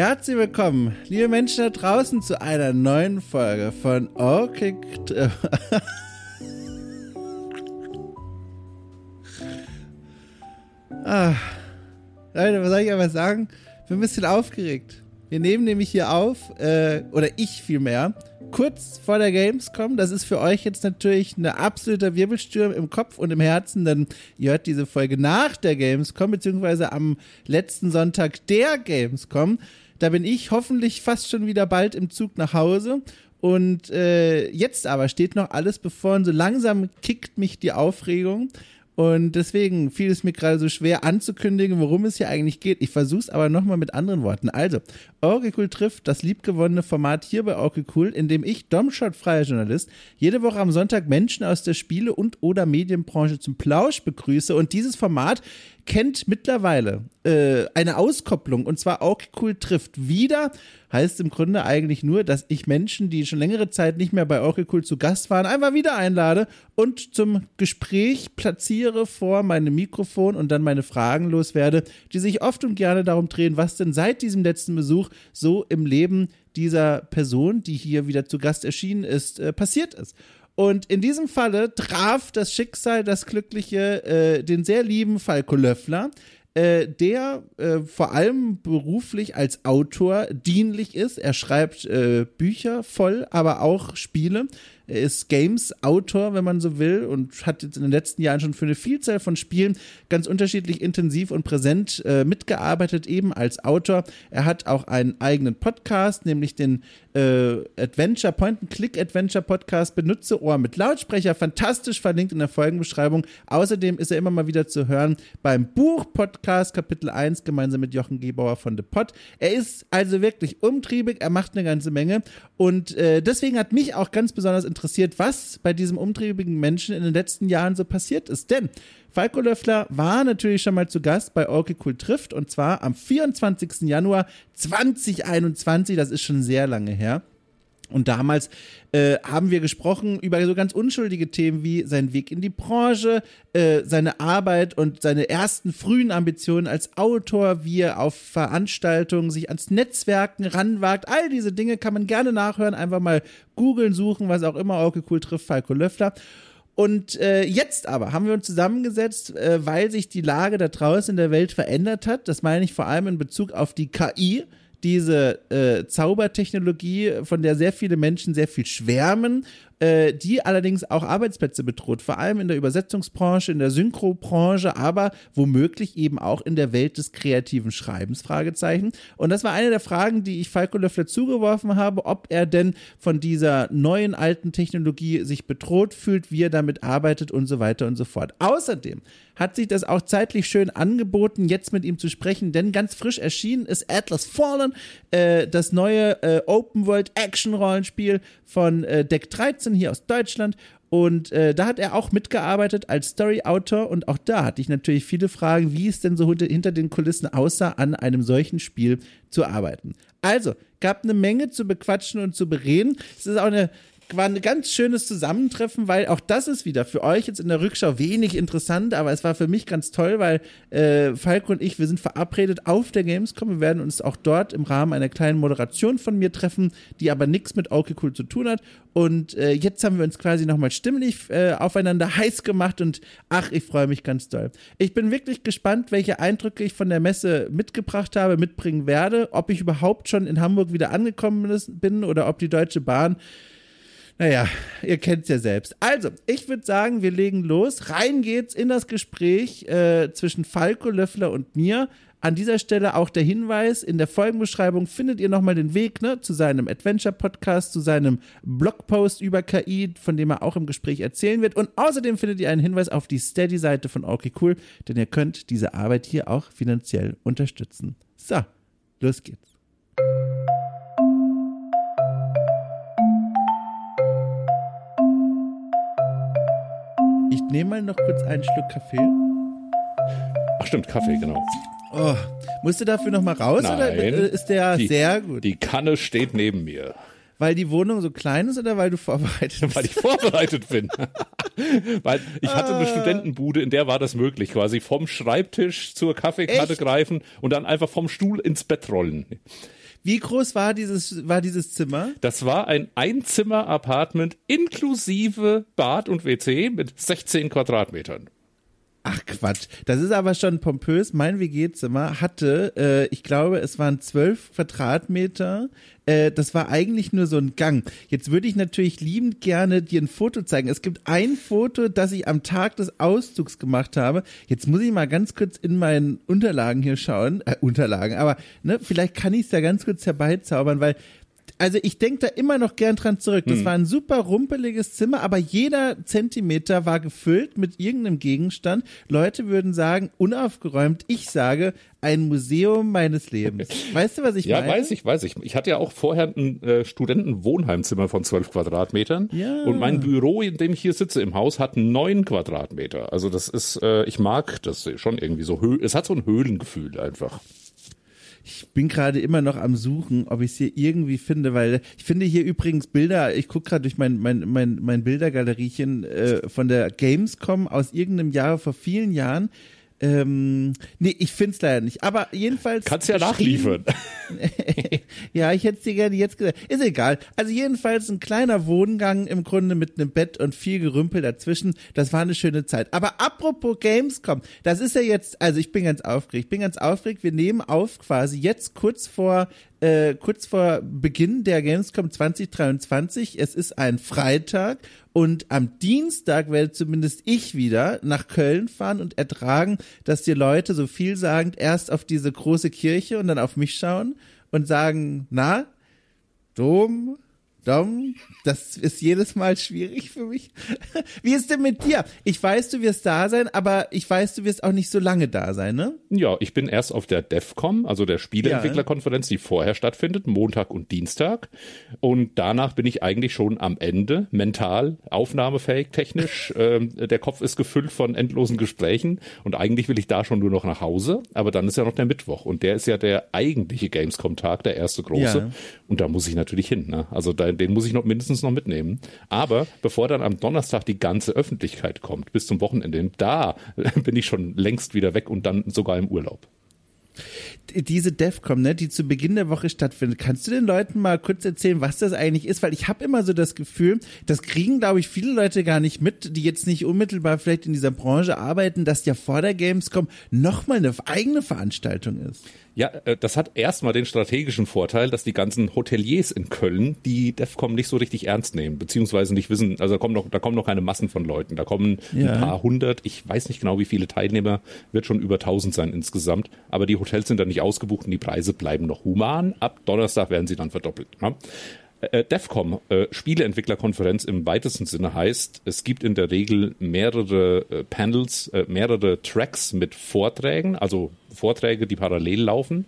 Herzlich willkommen, liebe Menschen da draußen, zu einer neuen Folge von Okay. Leute, was soll ich aber sagen? Ich bin ein bisschen aufgeregt. Wir nehmen nämlich hier auf, oder ich vielmehr, kurz vor der Gamescom. Das ist für euch jetzt natürlich ein absoluter Wirbelsturm im Kopf und im Herzen, denn ihr hört diese Folge nach der Gamescom, beziehungsweise am letzten Sonntag der Gamescom. Da bin ich hoffentlich fast schon wieder bald im Zug nach Hause. Und jetzt aber steht noch alles bevor und so langsam kickt mich die Aufregung. Und deswegen fiel es mir gerade so schwer anzukündigen, worum es hier eigentlich geht. Ich versuche es aber nochmal mit anderen Worten. Also, Okay Cool trifft, das liebgewonnene Format hier bei Okay Cool, in dem ich, Domschott, freier Journalist, jede Woche am Sonntag Menschen aus der Spiele- und oder Medienbranche zum Plausch begrüße. Und dieses Format kennt mittlerweile eine Auskopplung, und zwar Okay Cool trifft wieder. Heißt im Grunde eigentlich nur, dass ich Menschen, die schon längere Zeit nicht mehr bei Okay Cool zu Gast waren, einfach wieder einlade und zum Gespräch platziere vor meinem Mikrofon und dann meine Fragen loswerde, die sich oft und gerne darum drehen, was denn seit diesem letzten Besuch so im Leben dieser Person, die hier wieder zu Gast erschienen ist, passiert ist. Und in diesem Falle traf das Schicksal, das Glückliche, den sehr lieben Falco Löffler, der vor allem beruflich als Autor dienlich ist. Er schreibt Bücher voll, aber auch Spiele. Er ist Games-Autor, wenn man so will, und hat jetzt in den letzten Jahren schon für eine Vielzahl von Spielen ganz unterschiedlich intensiv und präsent mitgearbeitet, eben als Autor. Er hat auch einen eigenen Podcast, nämlich den Point-and-Click-Adventure-Podcast Benutze Ohr mit Lautsprecher, fantastisch verlinkt in der Folgenbeschreibung. Außerdem ist er immer mal wieder zu hören beim Buch-Podcast Kapitel 1 gemeinsam mit Jochen Gebauer von The Pod. Er ist also wirklich umtriebig, er macht eine ganze Menge, und deswegen hat mich auch ganz besonders interessiert, was bei diesem umtriebigen Menschen in den letzten Jahren so passiert ist. Denn Falco Löffler war natürlich schon mal zu Gast bei Okay Cool trifft, und zwar am 24. Januar 2021, das ist schon sehr lange her. Und damals haben wir gesprochen über so ganz unschuldige Themen wie sein Weg in die Branche, seine Arbeit und seine ersten frühen Ambitionen als Autor, wie er auf Veranstaltungen sich ans Netzwerken ranwagt. All diese Dinge kann man gerne nachhören, einfach mal googeln, suchen, was auch immer. Okay Cool trifft Falco Löffler. Und jetzt aber haben wir uns zusammengesetzt, weil sich die Lage da draußen in der Welt verändert hat. Das meine ich vor allem in Bezug auf die KI, diese Zaubertechnologie, von der sehr viele Menschen sehr viel schwärmen, die allerdings auch Arbeitsplätze bedroht, vor allem in der Übersetzungsbranche, in der Synchrobranche, aber womöglich eben auch in der Welt des kreativen Schreibens, Fragezeichen. Und das war eine der Fragen, die ich Falco Löffler zugeworfen habe, ob er denn von dieser neuen alten Technologie sich bedroht fühlt, wie er damit arbeitet und so weiter und so fort. Außerdem hat sich das auch zeitlich schön angeboten, jetzt mit ihm zu sprechen, denn ganz frisch erschienen ist Atlas Fallen, das neue Open-World-Action-Rollenspiel von Deck 13 hier aus Deutschland. Und da hat er auch mitgearbeitet als Story-Autor, und auch da hatte ich natürlich viele Fragen, wie es denn so hinter den Kulissen aussah, an einem solchen Spiel zu arbeiten. Also, gab eine Menge zu bequatschen und zu bereden. Es ist auch war ein ganz schönes Zusammentreffen, weil auch das ist wieder für euch jetzt in der Rückschau wenig interessant, aber es war für mich ganz toll, weil Falco und ich, wir sind verabredet auf der Gamescom. Wir werden uns auch dort im Rahmen einer kleinen Moderation von mir treffen, die aber nichts mit Okay Cool zu tun hat. Und jetzt haben wir uns quasi nochmal stimmlich aufeinander heiß gemacht, und ach, ich freue mich ganz doll. Ich bin wirklich gespannt, welche Eindrücke ich von der Messe mitbringen werde, ob ich überhaupt schon in Hamburg wieder angekommen bin oder ob die Deutsche Bahn. Naja, ihr kennt es ja selbst. Also, ich würde sagen, wir legen los. Rein geht's in das Gespräch zwischen Falco Löffler und mir. An dieser Stelle auch der Hinweis, in der Folgenbeschreibung findet ihr nochmal den Weg zu seinem Adventure-Podcast, zu seinem Blogpost über KI, von dem er auch im Gespräch erzählen wird. Und außerdem findet ihr einen Hinweis auf die Steady-Seite von Okay Cool, denn ihr könnt diese Arbeit hier auch finanziell unterstützen. So, los geht's. Ich nehme mal noch kurz einen Schluck Kaffee. Ach stimmt, Kaffee, genau. Oh, musst du dafür noch mal raus? Nein, oder ist der sehr gut? Die Kanne steht neben mir. Weil die Wohnung so klein ist oder weil du vorbereitet bist? Weil ich vorbereitet bin. Weil ich hatte eine Studentenbude, in der war das möglich, quasi vom Schreibtisch zur Kaffeekanne greifen und dann einfach vom Stuhl ins Bett rollen. Wie groß war dieses Zimmer? Das war ein Einzimmer-Apartment inklusive Bad und WC mit 16 Quadratmetern. Ach Quatsch, das ist aber schon pompös. Mein WG-Zimmer hatte, ich glaube, es waren 12 Quadratmeter. Das war eigentlich nur so ein Gang. Jetzt würde ich natürlich liebend gerne dir ein Foto zeigen. Es gibt ein Foto, das ich am Tag des Auszugs gemacht habe. Jetzt muss ich mal ganz kurz in meinen Unterlagen hier schauen. Aber ne, vielleicht kann ich es ja ganz kurz herbeizaubern, weil also ich denke da immer noch gern dran zurück. Das war ein super rumpeliges Zimmer, aber jeder Zentimeter war gefüllt mit irgendeinem Gegenstand. Leute würden sagen, unaufgeräumt. Ich sage, ein Museum meines Lebens. Weißt du, was ich meine? Ja, weiß ich. Ich hatte ja auch vorher ein Studentenwohnheimzimmer von 12 Quadratmetern. Ja. Und mein Büro, in dem ich hier sitze im Haus, hat 9 Quadratmeter. Also das ist, ich mag das schon irgendwie so. Es hat so ein Höhlengefühl einfach. Ich bin gerade immer noch am Suchen, ob ich es hier irgendwie finde, weil ich finde hier übrigens Bilder, ich gucke gerade durch mein Bildergaleriechen von der Gamescom aus irgendeinem Jahr vor vielen Jahren. Nee, ich finde es leider nicht. Aber jedenfalls. Kannst ja nachliefern. Ja, ich hätte es dir gerne jetzt gesagt. Ist egal. Also jedenfalls ein kleiner Wohngang im Grunde mit einem Bett und viel Gerümpel dazwischen. Das war eine schöne Zeit. Aber apropos Gamescom, das ist ja jetzt, also ich bin ganz aufgeregt. Wir nehmen auf quasi jetzt kurz vor Beginn der Gamescom 2023. Es ist ein Freitag und am Dienstag werde zumindest ich wieder nach Köln fahren und ertragen, dass die Leute so vielsagend erst auf diese große Kirche und dann auf mich schauen und sagen, na, Dom, das ist jedes Mal schwierig für mich. Wie ist denn mit dir? Ich weiß, du wirst da sein, aber ich weiß, du wirst auch nicht so lange da sein, ne? Ja, ich bin erst auf der DEFCOM, also der Spieleentwicklerkonferenz, die vorher stattfindet, Montag und Dienstag. Und danach bin ich eigentlich schon am Ende, mental, aufnahmefähig, technisch. Der Kopf ist gefüllt von endlosen Gesprächen und eigentlich will ich da schon nur noch nach Hause. Aber dann ist ja noch der Mittwoch und der ist ja der eigentliche Gamescom-Tag, der erste große. Ja. Und da muss ich natürlich hin, ne? Also den muss ich noch mindestens noch mitnehmen. Aber bevor dann am Donnerstag die ganze Öffentlichkeit kommt, bis zum Wochenende, da bin ich schon längst wieder weg und dann sogar im Urlaub. Diese DEFCOM, ne, die zu Beginn der Woche stattfindet, kannst du den Leuten mal kurz erzählen, was das eigentlich ist? Weil ich habe immer so das Gefühl, das kriegen, glaube ich, viele Leute gar nicht mit, die jetzt nicht unmittelbar vielleicht in dieser Branche arbeiten, dass ja vor der Gamescom nochmal eine eigene Veranstaltung ist. Ja, das hat erstmal den strategischen Vorteil, dass die ganzen Hoteliers in Köln die DEFCOM nicht so richtig ernst nehmen, beziehungsweise nicht wissen, also da kommen noch keine Massen von Leuten, da kommen ein paar hundert, ich weiß nicht genau, wie viele Teilnehmer, wird schon über 1000 sein insgesamt, aber die Hotels sind dann nicht ausgebucht und die Preise bleiben noch human, ab Donnerstag werden sie dann verdoppelt. Ne? DEFCOM, Spieleentwicklerkonferenz im weitesten Sinne heißt, es gibt in der Regel mehrere Panels, mehrere Tracks mit Vorträgen, also Vorträge, die parallel laufen.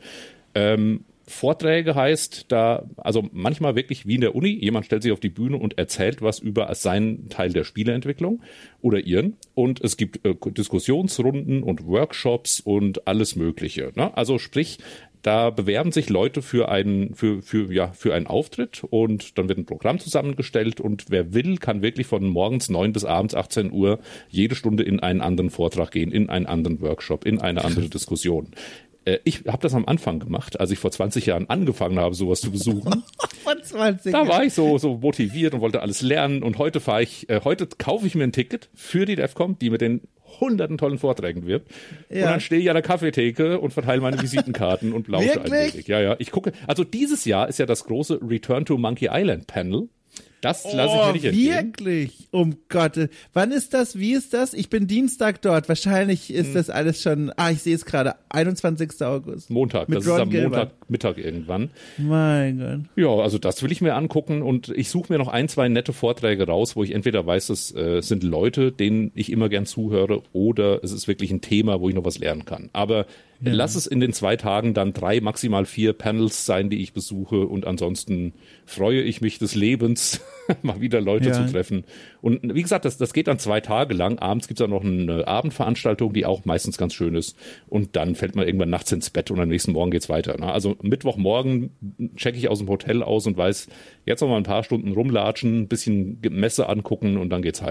Vorträge heißt da, also manchmal wirklich wie in der Uni, jemand stellt sich auf die Bühne und erzählt was über seinen Teil der Spieleentwicklung oder ihren und es gibt Diskussionsrunden und Workshops und alles Mögliche. Ne? Also sprich, da bewerben sich Leute für einen Auftritt und dann wird ein Programm zusammengestellt und wer will, kann wirklich von morgens 9 bis abends 18 Uhr jede Stunde in einen anderen Vortrag gehen, in einen anderen Workshop, in eine andere Diskussion. Ich habe das am Anfang gemacht, als ich vor 20 Jahren angefangen habe, sowas zu besuchen. Vor 20 Jahren. Da war ich so motiviert und wollte alles lernen und heute kaufe ich mir ein Ticket für die DEFCOM, die mit den hunderten tollen Vorträgen wirbt. Ja. Und dann stehe ich an der Kaffeetheke und verteile meine Visitenkarten und lausche ein wenig. Ja, ich gucke. Also dieses Jahr ist ja das große Return to Monkey Island Panel. Das lasse ich mir nicht entgehen. Wirklich? Um Gottes. Wann ist das? Wie ist das? Ich bin Dienstag dort. Wahrscheinlich ist das alles schon, ich sehe es gerade, 21. August. Montag. Das ist am Montagmittag irgendwann. Mein Gott. Ja, also das will ich mir angucken und ich suche mir noch 1, 2 nette Vorträge raus, wo ich entweder weiß, das sind Leute, denen ich immer gern zuhöre oder es ist wirklich ein Thema, wo ich noch was lernen kann. Aber lass es in den 2 Tagen dann 3, maximal 4 Panels sein, die ich besuche und ansonsten freue ich mich des Lebens, mal wieder Leute zu treffen. Und wie gesagt, das geht dann 2 Tage lang. Abends gibt's dann noch eine Abendveranstaltung, die auch meistens ganz schön ist. Und dann fällt man irgendwann nachts ins Bett und am nächsten Morgen geht's weiter. Ne? Also Mittwochmorgen checke ich aus dem Hotel aus und weiß, jetzt noch mal ein paar Stunden rumlatschen, ein bisschen Messe angucken und dann geht's heim.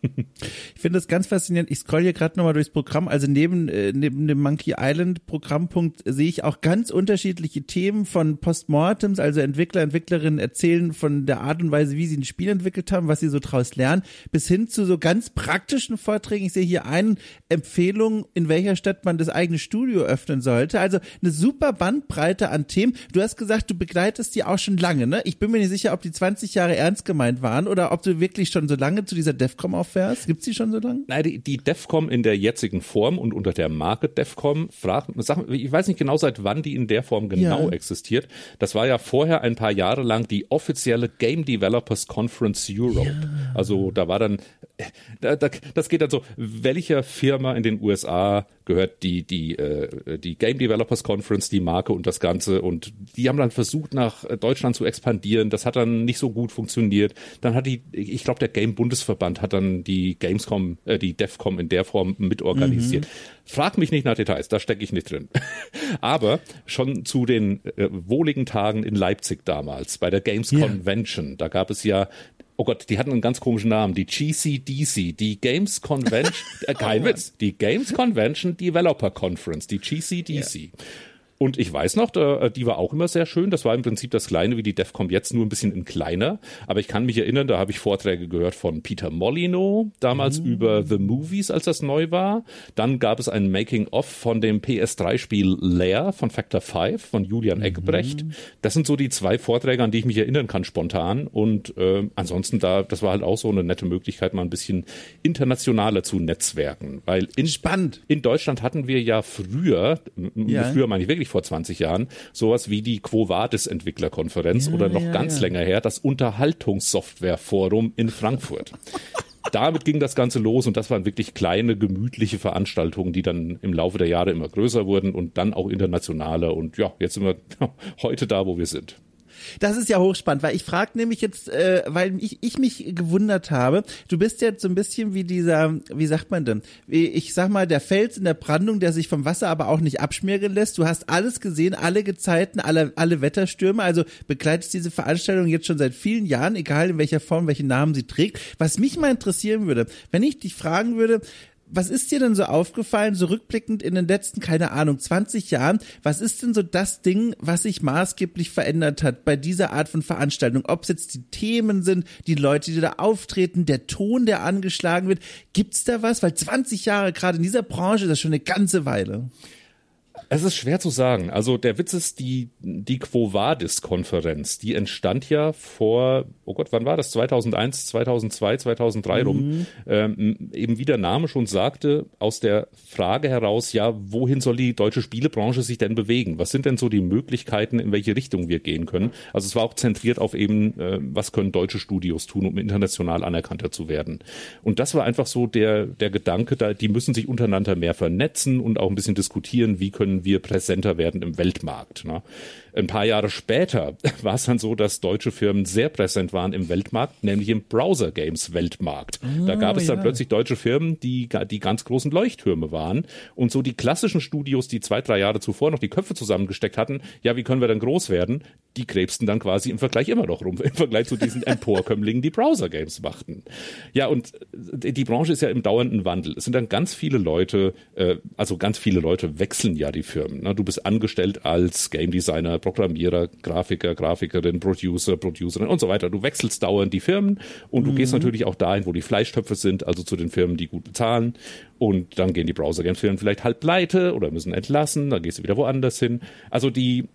Ich finde das ganz faszinierend. Ich scroll hier gerade nochmal durchs Programm. Also neben dem Monkey Island Programmpunkt sehe ich auch ganz unterschiedliche Themen von Postmortems, also Entwickler, Entwicklerinnen erzählen von der Art und Weise, wie sie ein Spiel entwickelt haben, was sie so draus lernen, bis hin zu so ganz praktischen Vorträgen. Ich sehe hier eine Empfehlung, in welcher Stadt man das eigene Studio öffnen sollte. Also eine super Bandbreite an Themen. Du hast gesagt, du begleitest die auch schon lange, ne? Ich bin mir nicht sicher, ob die 20 Jahre ernst gemeint waren oder ob du wirklich schon so lange zu dieser DEFCOM auffährst. Gibt's die schon so lange? Nein, die DEFCOM in der jetzigen Form und unter der Marke DEFCOM, ich weiß nicht genau, seit wann die in der Form genau existiert. Das war ja vorher ein paar Jahre lang die offizielle Game Developers Conference Europe. Ja. Also da war dann, das geht dann so, welcher Firma in den USA gehört die Game Developers Conference, die Marke und das Ganze, und die haben dann versucht, nach Deutschland zu expandieren. Das hat dann nicht so gut funktioniert. Dann hat ich glaube, der Game Bundesverband hat dann die DEFCOM in der Form mitorganisiert. Frag mich nicht nach Details, da stecke ich nicht drin. Aber schon zu den wohligen Tagen in Leipzig damals, bei der Games Convention, da gab es ja, oh Gott, die hatten einen ganz komischen Namen, die GCDC, die Games Convention, kein Witz, die Games Convention Developer Conference, die GCDC. Ja. Und ich weiß noch, die war auch immer sehr schön. Das war im Prinzip das Kleine wie die DEFCOM jetzt, nur ein bisschen in kleiner. Aber ich kann mich erinnern, da habe ich Vorträge gehört von Peter Molyneux, damals über The Movies, als das neu war. Dann gab es ein Making-of von dem PS3-Spiel Lair von Factor 5 von Julian Eggebrecht. Das sind so die zwei Vorträge, an die ich mich erinnern kann spontan. Und ansonsten das war halt auch so eine nette Möglichkeit, mal ein bisschen internationaler zu netzwerken. Weil in Deutschland hatten wir ja früher meine ich wirklich vor 20 Jahren, sowas wie die Quo Vadis Entwicklerkonferenz oder noch ganz länger her, das Unterhaltungssoftwareforum in Frankfurt. Damit ging das Ganze los und das waren wirklich kleine, gemütliche Veranstaltungen, die dann im Laufe der Jahre immer größer wurden und dann auch internationaler, und ja, jetzt sind wir heute da, wo wir sind. Das ist ja hochspannend, weil ich frage nämlich jetzt, weil ich mich gewundert habe, du bist jetzt so ein bisschen wie dieser, wie sagt man denn, ich sag mal, der Fels in der Brandung, der sich vom Wasser aber auch nicht abschmieren lässt. Du hast alles gesehen, alle Gezeiten, alle Wetterstürme, also begleitest diese Veranstaltung jetzt schon seit vielen Jahren, egal in welcher Form, welchen Namen sie trägt. Was mich mal interessieren würde, wenn ich dich fragen würde, was ist dir denn so aufgefallen, so rückblickend in den letzten, keine Ahnung, 20 Jahren? Was ist denn so das Ding, was sich maßgeblich verändert hat bei dieser Art von Veranstaltung? Ob es jetzt die Themen sind, die Leute, die da auftreten, der Ton, der angeschlagen wird. Gibt's da was? Weil 20 Jahre, gerade in dieser Branche, ist das schon eine ganze Weile. Es ist schwer zu sagen. Also der Witz ist, die Quo Vadis-Konferenz, die entstand ja vor, oh Gott, wann war das? 2001, 2002, 2003 rum. Eben wie der Name schon sagte, aus der Frage heraus, ja, wohin soll die deutsche Spielebranche sich denn bewegen? Was sind denn so die Möglichkeiten, in welche Richtung wir gehen können? Also es war auch zentriert auf eben, was können deutsche Studios tun, um international anerkannter zu werden? Und das war einfach so der Gedanke, die müssen sich untereinander mehr vernetzen und auch ein bisschen diskutieren, wie können wir präsenter werden im Weltmarkt. Ne? Ein paar Jahre später war es dann so, dass deutsche Firmen sehr präsent waren im Weltmarkt, nämlich im Browser-Games-Weltmarkt. Da gab es dann plötzlich deutsche Firmen, die ganz großen Leuchttürme waren, und so die klassischen Studios, die 2-3 Jahre zuvor noch die Köpfe zusammengesteckt hatten, ja, wie können wir denn groß werden? Die krebsten dann quasi im Vergleich immer noch rum, im Vergleich zu diesen Emporkömmlingen, die Browser-Games machten. Ja, und die Branche ist ja im dauernden Wandel. Es sind dann ganz viele Leute, ganz viele Leute wechseln ja die Firmen. Ne? Du bist angestellt als Game Designer, Programmierer, Grafiker, Grafikerin, Producerin und so weiter. Du wechselst dauernd die Firmen und du gehst natürlich auch dahin, wo die Fleischtöpfe sind, also zu den Firmen, die gut bezahlen. Und dann gehen die Browser-Games-Firmen vielleicht halb pleite oder müssen entlassen, dann gehst du wieder woanders hin. Also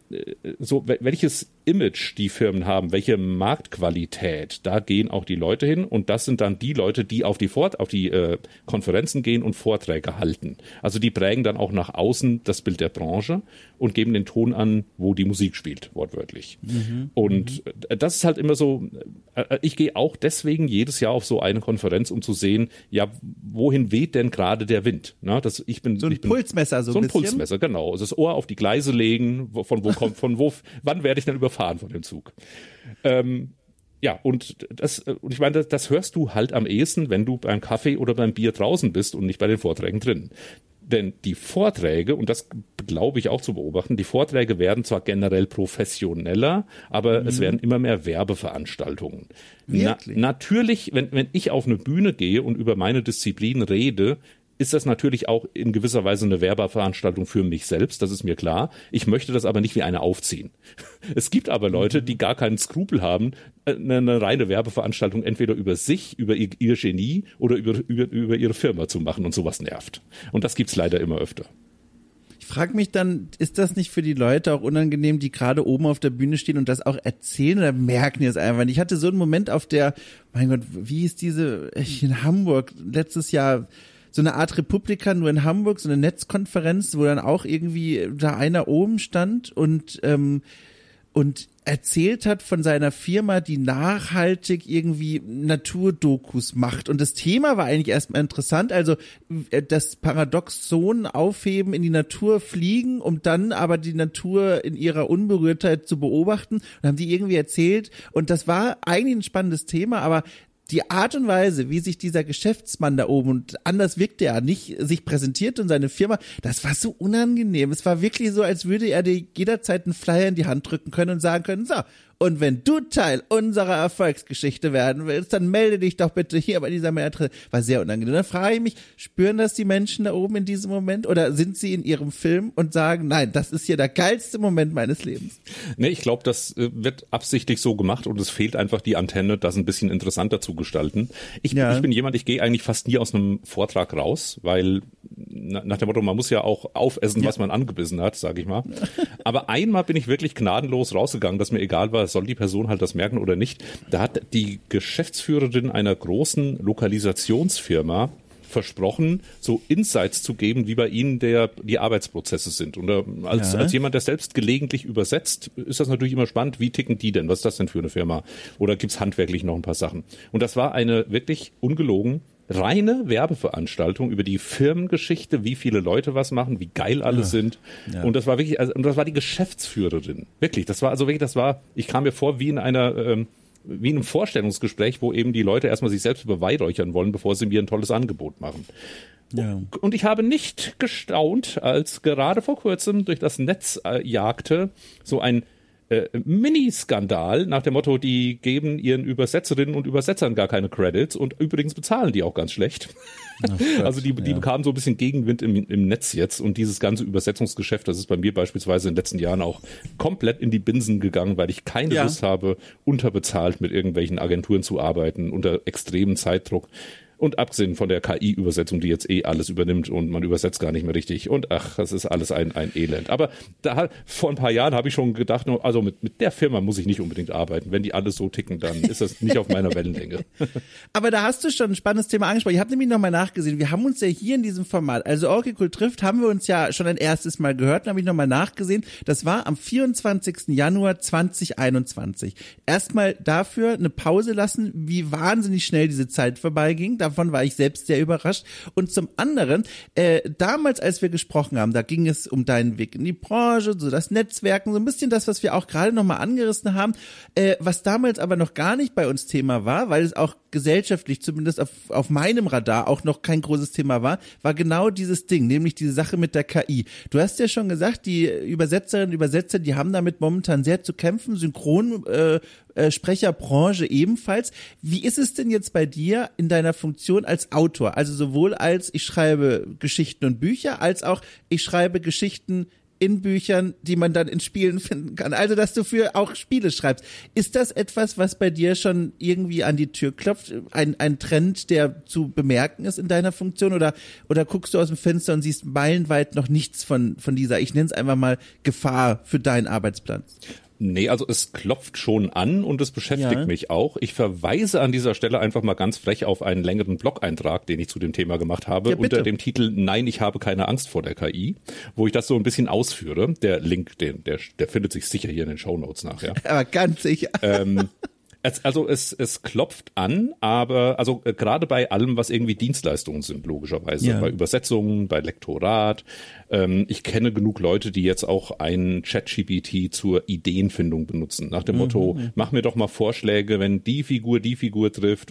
welches Image die Firmen haben, welche Marktqualität, da gehen auch die Leute hin, und das sind dann die Leute, die auf die Konferenzen gehen und Vorträge halten. Also die prägen dann auch nach außen das Bild der Branche und geben den Ton an, wo die Musik spielt, wortwörtlich. Und das ist halt immer so, ich gehe auch deswegen jedes Jahr auf so eine Konferenz, um zu sehen, ja, wohin weht denn gerade der Wind? Na, Pulsmesser, so ein bisschen. Pulsmesser, genau. Also das Ohr auf die Gleise legen, wann werde ich dann überfahren von dem Zug? Ja, und ich meine, das hörst du halt am ehesten, wenn du beim Kaffee oder beim Bier draußen bist und nicht bei den Vorträgen drin. Denn die Vorträge, und das glaube ich auch zu beobachten, die Vorträge werden zwar generell professioneller, aber es werden immer mehr Werbeveranstaltungen. Natürlich, wenn ich auf eine Bühne gehe und über meine Disziplin rede, ist das natürlich auch in gewisser Weise eine Werbeveranstaltung für mich selbst, das ist mir klar. Ich möchte das aber nicht wie eine aufziehen. Es gibt aber Leute, die gar keinen Skrupel haben, eine reine Werbeveranstaltung entweder über sich, über ihr Genie oder über ihre Firma zu machen und sowas nervt. Und das gibt's leider immer öfter. Ich frage mich dann, ist das nicht für die Leute auch unangenehm, die gerade oben auf der Bühne stehen und das auch erzählen oder merken die es einfach nicht? Ich hatte so einen Moment auf der, mein Gott, wie hieß diese, in Hamburg letztes Jahr, so eine Art Republika, nur in Hamburg, so eine Netzkonferenz, wo dann auch irgendwie da einer oben stand und erzählt hat von seiner Firma, die nachhaltig irgendwie Naturdokus macht. Und das Thema war eigentlich erstmal interessant, also das Paradoxon aufheben, in die Natur fliegen, um dann aber die Natur in ihrer Unberührtheit zu beobachten. Und haben die irgendwie erzählt. Und das war eigentlich ein spannendes Thema, aber die Art und Weise, wie sich dieser Geschäftsmann da oben, und anders wirkte er nicht, sich präsentiert und seine Firma, das war so unangenehm. Es war wirklich so, als würde er dir jederzeit einen Flyer in die Hand drücken können und sagen können, so, und wenn du Teil unserer Erfolgsgeschichte werden willst, dann melde dich doch bitte hier bei dieser Mailadresse. War sehr unangenehm. Dann frage ich mich, spüren das die Menschen da oben in diesem Moment oder sind sie in ihrem Film und sagen, nein, das ist hier der geilste Moment meines Lebens? Nee, ich glaube, das wird absichtlich so gemacht und es fehlt einfach die Antenne, das ein bisschen interessanter zu gestalten. Ich bin jemand, ich gehe eigentlich fast nie aus einem Vortrag raus, weil nach dem Motto, man muss ja auch aufessen, was man angebissen hat, sage ich mal. Aber einmal bin ich wirklich gnadenlos rausgegangen, dass mir egal war, soll die Person halt das merken oder nicht. Da hat die Geschäftsführerin einer großen Lokalisationsfirma versprochen, so Insights zu geben, wie bei ihnen die Arbeitsprozesse sind. Und als jemand, der selbst gelegentlich übersetzt, ist das natürlich immer spannend, wie ticken die denn? Was ist das denn für eine Firma? Oder gibt's handwerklich noch ein paar Sachen? Und das war eine wirklich ungelogen reine Werbeveranstaltung über die Firmengeschichte, wie viele Leute was machen, wie geil alle sind. Ja. Und das war wirklich, und das war die Geschäftsführerin. Wirklich, ich kam mir vor wie in einem Vorstellungsgespräch, wo eben die Leute erstmal sich selbst beweihräuchern wollen, bevor sie mir ein tolles Angebot machen. Ja. Und ich habe nicht gestaunt, als gerade vor kurzem durch das Netz jagte so ein Mini-Skandal nach dem Motto, die geben ihren Übersetzerinnen und Übersetzern gar keine Credits und übrigens bezahlen die auch ganz schlecht. Also die bekamen so ein bisschen Gegenwind im Netz jetzt und dieses ganze Übersetzungsgeschäft, das ist bei mir beispielsweise in den letzten Jahren auch komplett in die Binsen gegangen, weil ich keine Lust habe, unterbezahlt mit irgendwelchen Agenturen zu arbeiten, unter extremem Zeitdruck. Und abgesehen von der KI-Übersetzung, die jetzt alles übernimmt und man übersetzt gar nicht mehr richtig. Und das ist alles ein Elend. Aber vor ein paar Jahren habe ich schon gedacht, also mit der Firma muss ich nicht unbedingt arbeiten. Wenn die alles so ticken, dann ist das nicht auf meiner Wellenlänge. Aber da hast du schon ein spannendes Thema angesprochen. Ich habe nämlich nochmal nachgesehen. Wir haben uns ja hier in diesem Format, also Orky Cool trifft, haben wir uns ja schon ein erstes Mal gehört. Dann habe ich nochmal nachgesehen. Das war am 24. Januar 2021. Erstmal dafür eine Pause lassen, wie wahnsinnig schnell diese Zeit vorbeiging. Davon war ich selbst sehr überrascht. Und zum anderen, damals, als wir gesprochen haben, da ging es um deinen Weg in die Branche, so das Netzwerken, so ein bisschen das, was wir auch gerade nochmal angerissen haben, was damals aber noch gar nicht bei uns Thema war, weil es auch gesellschaftlich, zumindest auf meinem Radar, auch noch kein großes Thema war genau dieses Ding, nämlich diese Sache mit der KI. Du hast ja schon gesagt, die Übersetzerinnen und Übersetzer, die haben damit momentan sehr zu kämpfen, Synchronsprecherbranche ebenfalls. Wie ist es denn jetzt bei dir in deiner Funktion als Autor? Also sowohl als ich schreibe Geschichten und Bücher, als auch ich schreibe Geschichten in Büchern, die man dann in Spielen finden kann. Also, dass du für auch Spiele schreibst. Ist das etwas, was bei dir schon irgendwie an die Tür klopft? Ein Trend, der zu bemerken ist in deiner Funktion? Oder guckst du aus dem Fenster und siehst meilenweit noch nichts von dieser, ich nenne es einfach mal, Gefahr für deinen Arbeitsplatz? Nee, also es klopft schon an und es beschäftigt mich auch. Ich verweise an dieser Stelle einfach mal ganz frech auf einen längeren Blog-Eintrag, den ich zu dem Thema gemacht habe, unter dem Titel Nein, ich habe keine Angst vor der KI, wo ich das so ein bisschen ausführe. Der Link, der findet sich sicher hier in den Shownotes nachher. Aber ganz sicher. Also es klopft an, aber also gerade bei allem, was irgendwie Dienstleistungen sind, logischerweise, bei Übersetzungen, bei Lektorat. Ich kenne genug Leute, die jetzt auch einen ChatGPT zur Ideenfindung benutzen, nach dem Motto, mach mir doch mal Vorschläge, wenn die Figur trifft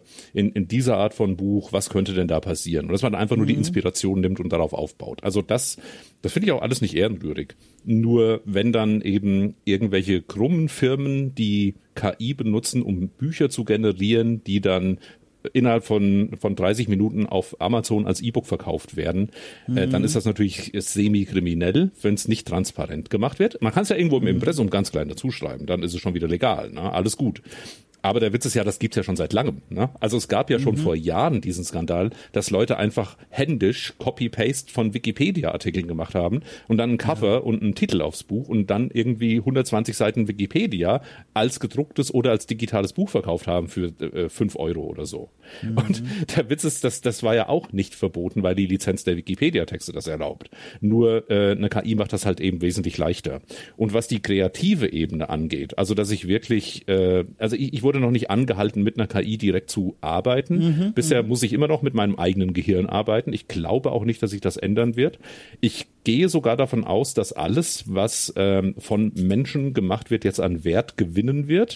in dieser Art von Buch, was könnte denn da passieren? Und dass man einfach nur die Inspiration nimmt und darauf aufbaut. Also das finde ich auch alles nicht ehrenrührig. Nur wenn dann eben irgendwelche krummen Firmen, die KI benutzen, um Bücher zu generieren, die dann innerhalb von 30 Minuten auf Amazon als E-Book verkauft werden, dann ist das natürlich semi-kriminell, wenn es nicht transparent gemacht wird. Man kann es ja irgendwo im Impressum ganz klein dazuschreiben, dann ist es schon wieder legal, ne? Alles gut. Aber der Witz ist ja, das gibt's ja schon seit langem. Ne? Also es gab ja schon vor Jahren diesen Skandal, dass Leute einfach händisch Copy-Paste von Wikipedia-Artikeln gemacht haben und dann ein Cover und einen Titel aufs Buch und dann irgendwie 120 Seiten Wikipedia als gedrucktes oder als digitales Buch verkauft haben für 5 Euro oder so. Und der Witz ist, das war ja auch nicht verboten, weil die Lizenz der Wikipedia-Texte das erlaubt. Nur eine KI macht das halt eben wesentlich leichter. Und was die kreative Ebene angeht, also dass ich wirklich, ich wurde noch nicht angehalten, mit einer KI direkt zu arbeiten. Bisher muss ich immer noch mit meinem eigenen Gehirn arbeiten. Ich glaube auch nicht, dass sich das ändern wird. Ich gehe sogar davon aus, dass alles, was von Menschen gemacht wird, jetzt an Wert gewinnen wird.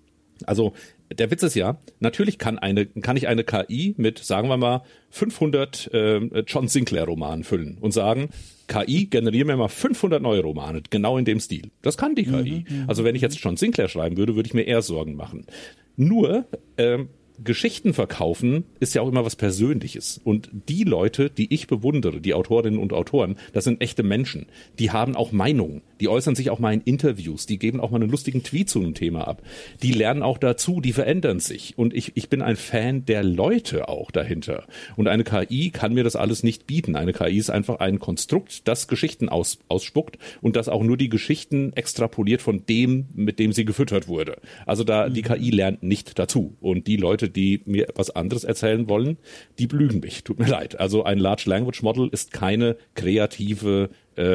Also der Witz ist ja, natürlich kann ich eine KI mit, sagen wir mal, 500 John Sinclair Romanen füllen und sagen, KI, generiere mir mal 500 neue Romane, genau in dem Stil. Das kann die KI. Also wenn ich jetzt John Sinclair schreiben würde, würde ich mir eher Sorgen machen. Nur, Geschichten verkaufen ist ja auch immer was Persönliches. Und die Leute, die ich bewundere, die Autorinnen und Autoren, das sind echte Menschen. Die haben auch Meinungen. Die äußern sich auch mal in Interviews. Die geben auch mal einen lustigen Tweet zu einem Thema ab. Die lernen auch dazu. Die verändern sich. Und ich bin ein Fan der Leute auch dahinter. Und eine KI kann mir das alles nicht bieten. Eine KI ist einfach ein Konstrukt, das Geschichten ausspuckt und das auch nur die Geschichten extrapoliert von dem, mit dem sie gefüttert wurde. Also die KI lernt nicht dazu. Und die Leute, die mir was anderes erzählen wollen, die belügen mich. Tut mir leid. Also ein Large Language Model ist keine kreative,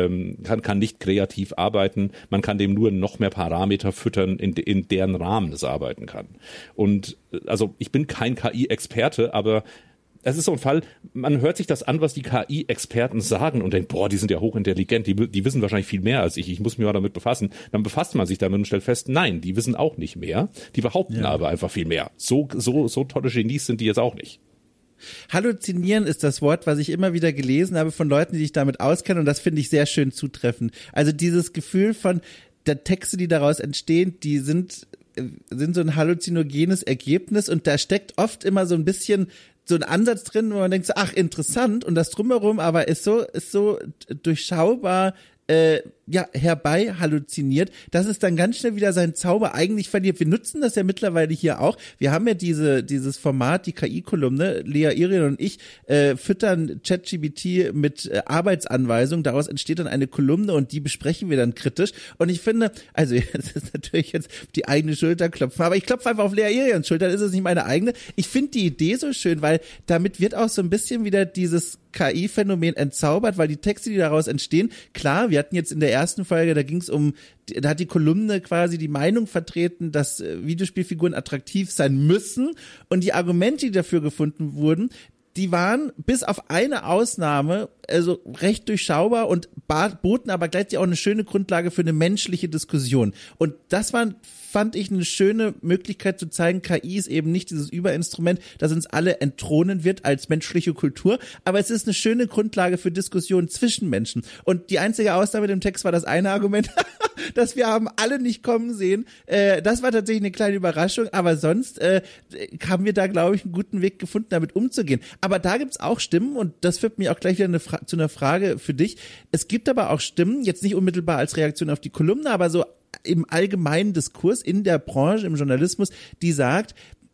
kann nicht kreativ arbeiten. Man kann dem nur noch mehr Parameter füttern, in deren Rahmen es arbeiten kann. Und also ich bin kein KI-Experte, aber es ist so ein Fall, man hört sich das an, was die KI-Experten sagen und denkt, boah, die sind ja hochintelligent, die wissen wahrscheinlich viel mehr als ich muss mich mal damit befassen. Dann befasst man sich damit und stellt fest, nein, die wissen auch nicht mehr. Die behaupten aber einfach viel mehr. So tolle Genies sind die jetzt auch nicht. Halluzinieren ist das Wort, was ich immer wieder gelesen habe von Leuten, die sich damit auskennen, und das finde ich sehr schön zutreffend. Also dieses Gefühl von, der Texte, die daraus entstehen, die sind so ein halluzinogenes Ergebnis, und da steckt oft immer so ein bisschen so ein Ansatz drin, wo man denkt so, ach, interessant, und das Drumherum aber ist so durchschaubar, herbei halluziniert, dass es dann ganz schnell wieder seinen Zauber eigentlich verliert. Wir nutzen das ja mittlerweile hier auch. Wir haben ja dieses Format, die KI-Kolumne, Lea Irian und ich füttern ChatGPT mit Arbeitsanweisungen. Daraus entsteht dann eine Kolumne und die besprechen wir dann kritisch. Und ich finde, also es ist natürlich jetzt die eigene Schulter klopfen, aber ich klopfe einfach auf Lea Irians Schulter, dann ist es nicht meine eigene. Ich finde die Idee so schön, weil damit wird auch so ein bisschen wieder dieses KI-Phänomen entzaubert, weil die Texte, die daraus entstehen, klar, wir hatten jetzt in der ersten Folge, da hat die Kolumne quasi die Meinung vertreten, dass Videospielfiguren attraktiv sein müssen, und die Argumente, die dafür gefunden wurden, die waren bis auf eine Ausnahme also recht durchschaubar und boten aber gleichzeitig auch eine schöne Grundlage für eine menschliche Diskussion. Und das fand ich eine schöne Möglichkeit zu zeigen, KI ist eben nicht dieses Überinstrument, das uns alle entthronen wird als menschliche Kultur, aber es ist eine schöne Grundlage für Diskussionen zwischen Menschen. Und die einzige Ausnahme im Text war das eine Argument, das wir haben alle nicht kommen sehen. Das war tatsächlich eine kleine Überraschung, aber sonst haben wir da, glaube ich, einen guten Weg gefunden, damit umzugehen. Aber da gibt's auch Stimmen, und das führt mich auch gleich wieder zu einer Frage für dich. Es gibt aber auch Stimmen, jetzt nicht unmittelbar als Reaktion auf die Kolumne, aber so im allgemeinen Diskurs in der Branche, im Journalismus, die sagt,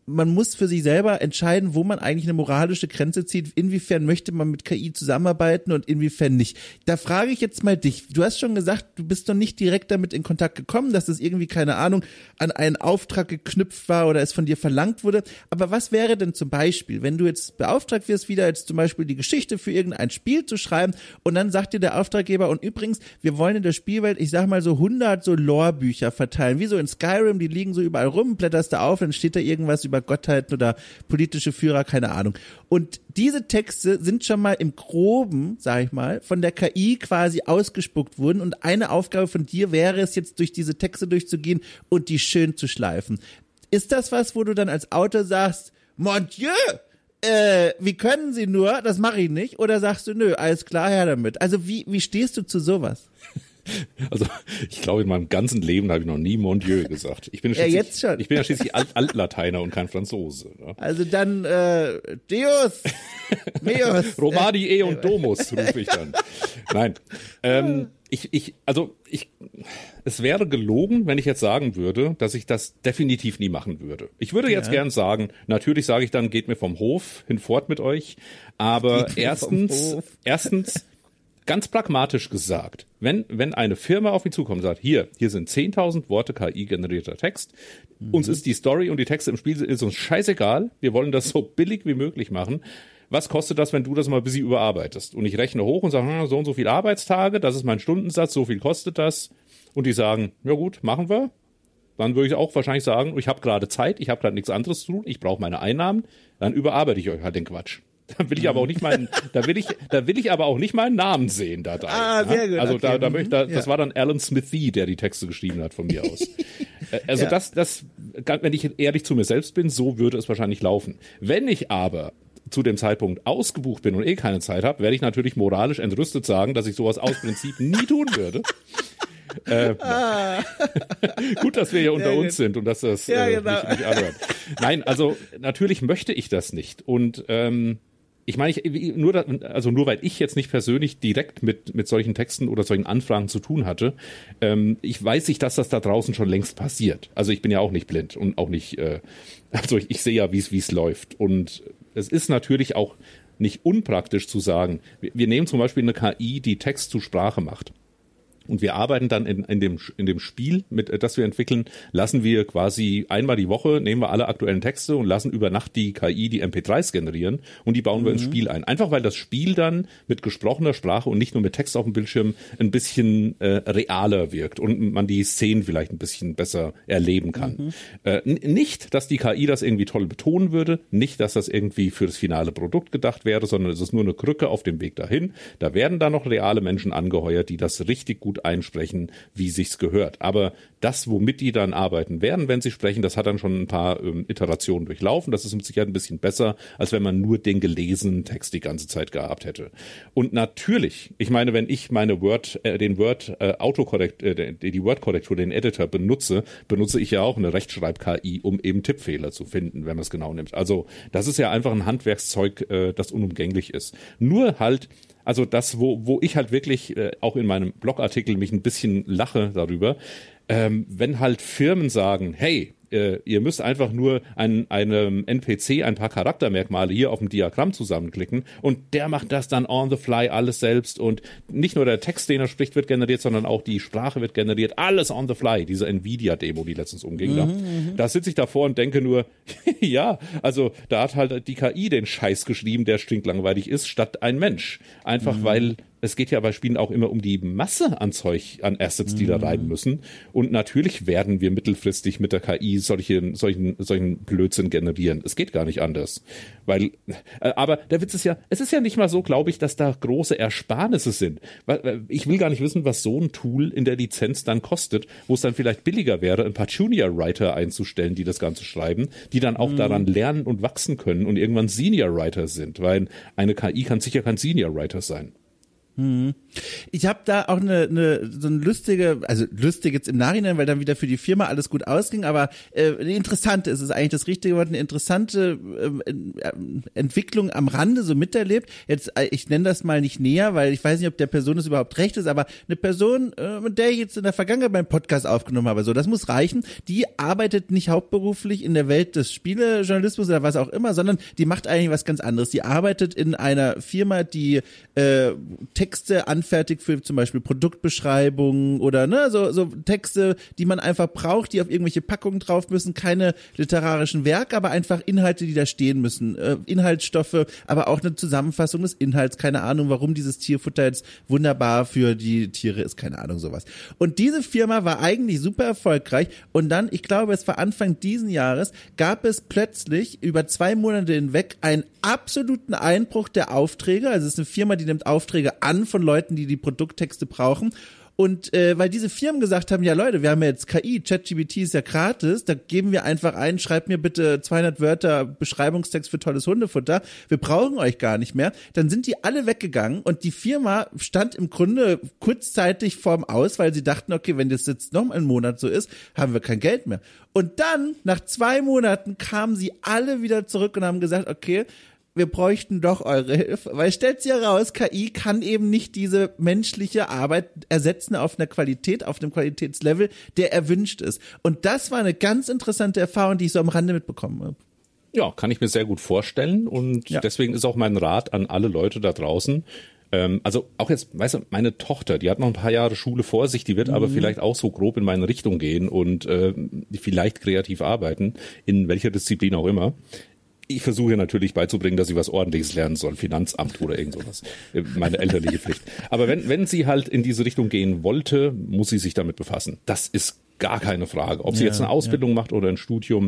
man muss für sich selber entscheiden, wo man eigentlich eine moralische Grenze zieht, inwiefern möchte man mit KI zusammenarbeiten und inwiefern nicht. Da frage ich jetzt mal dich. Du hast schon gesagt, du bist noch nicht direkt damit in Kontakt gekommen, dass das irgendwie, keine Ahnung, an einen Auftrag geknüpft war oder es von dir verlangt wurde. Aber was wäre denn zum Beispiel, wenn du jetzt beauftragt wirst, wieder jetzt zum Beispiel die Geschichte für irgendein Spiel zu schreiben und dann sagt dir der Auftraggeber, und übrigens, wir wollen in der Spielwelt, ich sag mal so 100 so Lore-Bücher verteilen, wie so in Skyrim, die liegen so überall rum, blätterst du auf, dann steht da irgendwas über Gottheiten oder politische Führer, keine Ahnung. Und diese Texte sind schon mal im Groben, sag ich mal, von der KI quasi ausgespuckt worden, und eine Aufgabe von dir wäre es jetzt, durch diese Texte durchzugehen und die schön zu schleifen. Ist das was, wo du dann als Autor sagst, Mon Dieu, wie können Sie nur, das mache ich nicht, oder sagst du, nö, alles klar, her damit. Also wie stehst du zu sowas? Also ich glaube, in meinem ganzen Leben habe ich noch nie Mon Dieu gesagt. Ich bin ja schließlich Altlateiner und kein Franzose. Ne? Also dann Deus, meus. Romani e und Domus, rufe ich dann. Nein, es wäre gelogen, wenn ich jetzt sagen würde, dass ich das definitiv nie machen würde. Ich würde jetzt gern sagen, natürlich sage ich dann, geht mir vom Hof hinfort mit euch, aber erstens, ganz pragmatisch gesagt, wenn eine Firma auf mich zukommt und sagt, hier sind 10.000 Worte KI-generierter Text, uns ist die Story und die Texte im Spiel ist uns scheißegal, wir wollen das so billig wie möglich machen. Was kostet das, wenn du das mal ein bisschen überarbeitest? Und ich rechne hoch und sage, so und so viele Arbeitstage, das ist mein Stundensatz, so viel kostet das. Und die sagen, ja gut, machen wir. Dann würde ich auch wahrscheinlich sagen, ich habe gerade Zeit, ich habe gerade nichts anderes zu tun, ich brauche meine Einnahmen, dann überarbeite ich euch halt den Quatsch. Da will ich aber auch nicht da will ich aber auch nicht meinen Namen sehen da drin. Sehr gut. Also okay. Das war dann Alan Smithy, der die Texte geschrieben hat von mir aus. Also das, wenn ich ehrlich zu mir selbst bin, so würde es wahrscheinlich laufen. Wenn ich aber zu dem Zeitpunkt ausgebucht bin und keine Zeit habe, werde ich natürlich moralisch entrüstet sagen, dass ich sowas aus Prinzip nie tun würde. Gut, dass wir hier unter uns sind und dass das nicht anhört. Nein, also natürlich möchte ich das nicht. Und ich meine, nur weil ich jetzt nicht persönlich direkt mit solchen Texten oder solchen Anfragen zu tun hatte, ich weiß nicht, dass das da draußen schon längst passiert. Also ich bin ja auch nicht blind und auch nicht, ich sehe ja, wie es läuft. Und es ist natürlich auch nicht unpraktisch zu sagen, wir nehmen zum Beispiel eine KI, die Text zu Sprache macht. Und wir arbeiten dann in dem Spiel, das wir entwickeln, lassen wir quasi einmal die Woche, nehmen wir alle aktuellen Texte und lassen über Nacht die KI die MP3s generieren und die bauen wir ins Spiel ein. Einfach weil das Spiel dann mit gesprochener Sprache und nicht nur mit Text auf dem Bildschirm ein bisschen realer wirkt und man die Szenen vielleicht ein bisschen besser erleben kann. Nicht, dass die KI das irgendwie toll betonen würde, nicht, dass das irgendwie für das finale Produkt gedacht wäre, sondern es ist nur eine Krücke auf dem Weg dahin. Da werden dann noch reale Menschen angeheuert, die das richtig gut einsprechen, wie sich's gehört. Aber das, womit die dann arbeiten werden, wenn sie sprechen, das hat dann schon ein paar Iterationen durchlaufen. Das ist mit Sicherheit ein bisschen besser, als wenn man nur den gelesenen Text die ganze Zeit gehabt hätte. Und natürlich, ich meine, wenn ich meine die Word-Korrektur, den Editor benutze ich ja auch eine Rechtschreib-KI, um eben Tippfehler zu finden, wenn man es genau nimmt. Also das ist ja einfach ein Handwerkszeug, das unumgänglich ist. Nur halt, also das, wo ich halt wirklich auch in meinem Blogartikel mich ein bisschen lache darüber, wenn halt Firmen sagen, hey, ihr müsst einfach nur einem NPC ein paar Charaktermerkmale hier auf dem Diagramm zusammenklicken und der macht das dann on the fly alles selbst und nicht nur der Text, den er spricht, wird generiert, sondern auch die Sprache wird generiert, alles on the fly, diese Nvidia-Demo, die letztens umging. Da sitze ich davor und denke nur, ja, also da hat halt die KI den Scheiß geschrieben, der stinklangweilig ist, statt ein Mensch. Einfach weil es geht ja bei Spielen auch immer um die Masse an Zeug, an Assets, die da rein müssen. Und natürlich werden wir mittelfristig mit der KI solchen Blödsinn generieren. Es geht gar nicht anders. Aber der Witz ist ja, es ist ja nicht mal so, glaube ich, dass da große Ersparnisse sind. Ich will gar nicht wissen, was so ein Tool in der Lizenz dann kostet, wo es dann vielleicht billiger wäre, ein paar Junior-Writer einzustellen, die das Ganze schreiben, die dann auch daran lernen und wachsen können und irgendwann Senior-Writer sind. Weil eine KI kann sicher kein Senior-Writer sein. Ich habe da auch so eine lustige, also lustig jetzt im Nachhinein, weil dann wieder für die Firma alles gut ausging, aber eine interessante, es ist eigentlich das richtige Wort, eine interessante Entwicklung am Rande so miterlebt. Jetzt, ich nenne das mal nicht näher, weil ich weiß nicht, ob der Person das überhaupt recht ist, aber eine Person, mit der ich jetzt in der Vergangenheit meinen Podcast aufgenommen habe, so, das muss reichen, die arbeitet nicht hauptberuflich in der Welt des Spielejournalismus oder was auch immer, sondern die macht eigentlich was ganz anderes. Die arbeitet in einer Firma, die Texte anfertigt für zum Beispiel Produktbeschreibungen oder so Texte, die man einfach braucht, die auf irgendwelche Packungen drauf müssen, keine literarischen Werke, aber einfach Inhalte, die da stehen müssen, Inhaltsstoffe, aber auch eine Zusammenfassung des Inhalts, keine Ahnung, warum dieses Tierfutter jetzt wunderbar für die Tiere ist, keine Ahnung, sowas. Und diese Firma war eigentlich super erfolgreich und dann, ich glaube, es war Anfang diesen Jahres, gab es plötzlich über 2 Monate hinweg einen absoluten Einbruch der Aufträge, also es ist eine Firma, die nimmt Aufträge an von Leuten, die Produkttexte brauchen. Und weil diese Firmen gesagt haben, ja Leute, wir haben ja jetzt KI, ChatGPT ist ja gratis, da geben wir einfach ein, schreibt mir bitte 200 Wörter Beschreibungstext für tolles Hundefutter, wir brauchen euch gar nicht mehr. Dann sind die alle weggegangen und die Firma stand im Grunde kurzzeitig vorm Aus, weil sie dachten, okay, wenn das jetzt noch einen Monat so ist, haben wir kein Geld mehr. Und dann, nach 2 Monaten, kamen sie alle wieder zurück und haben gesagt, okay, wir bräuchten doch eure Hilfe, weil stellt sich heraus, KI kann eben nicht diese menschliche Arbeit ersetzen auf einer Qualität, auf einem Qualitätslevel, der erwünscht ist. Und das war eine ganz interessante Erfahrung, die ich so am Rande mitbekommen habe. Ja, kann ich mir sehr gut vorstellen und deswegen ist auch mein Rat an alle Leute da draußen, also auch jetzt, weißt du, meine Tochter, die hat noch ein paar Jahre Schule vor sich, die wird aber vielleicht auch so grob in meine Richtung gehen und vielleicht kreativ arbeiten, in welcher Disziplin auch immer. Ich versuche natürlich beizubringen, dass sie was Ordentliches lernen soll, Finanzamt oder irgend sowas, meine elterliche Pflicht. Aber wenn sie halt in diese Richtung gehen wollte, muss sie sich damit befassen. Das ist gar keine Frage. Ob sie jetzt eine Ausbildung macht oder ein Studium,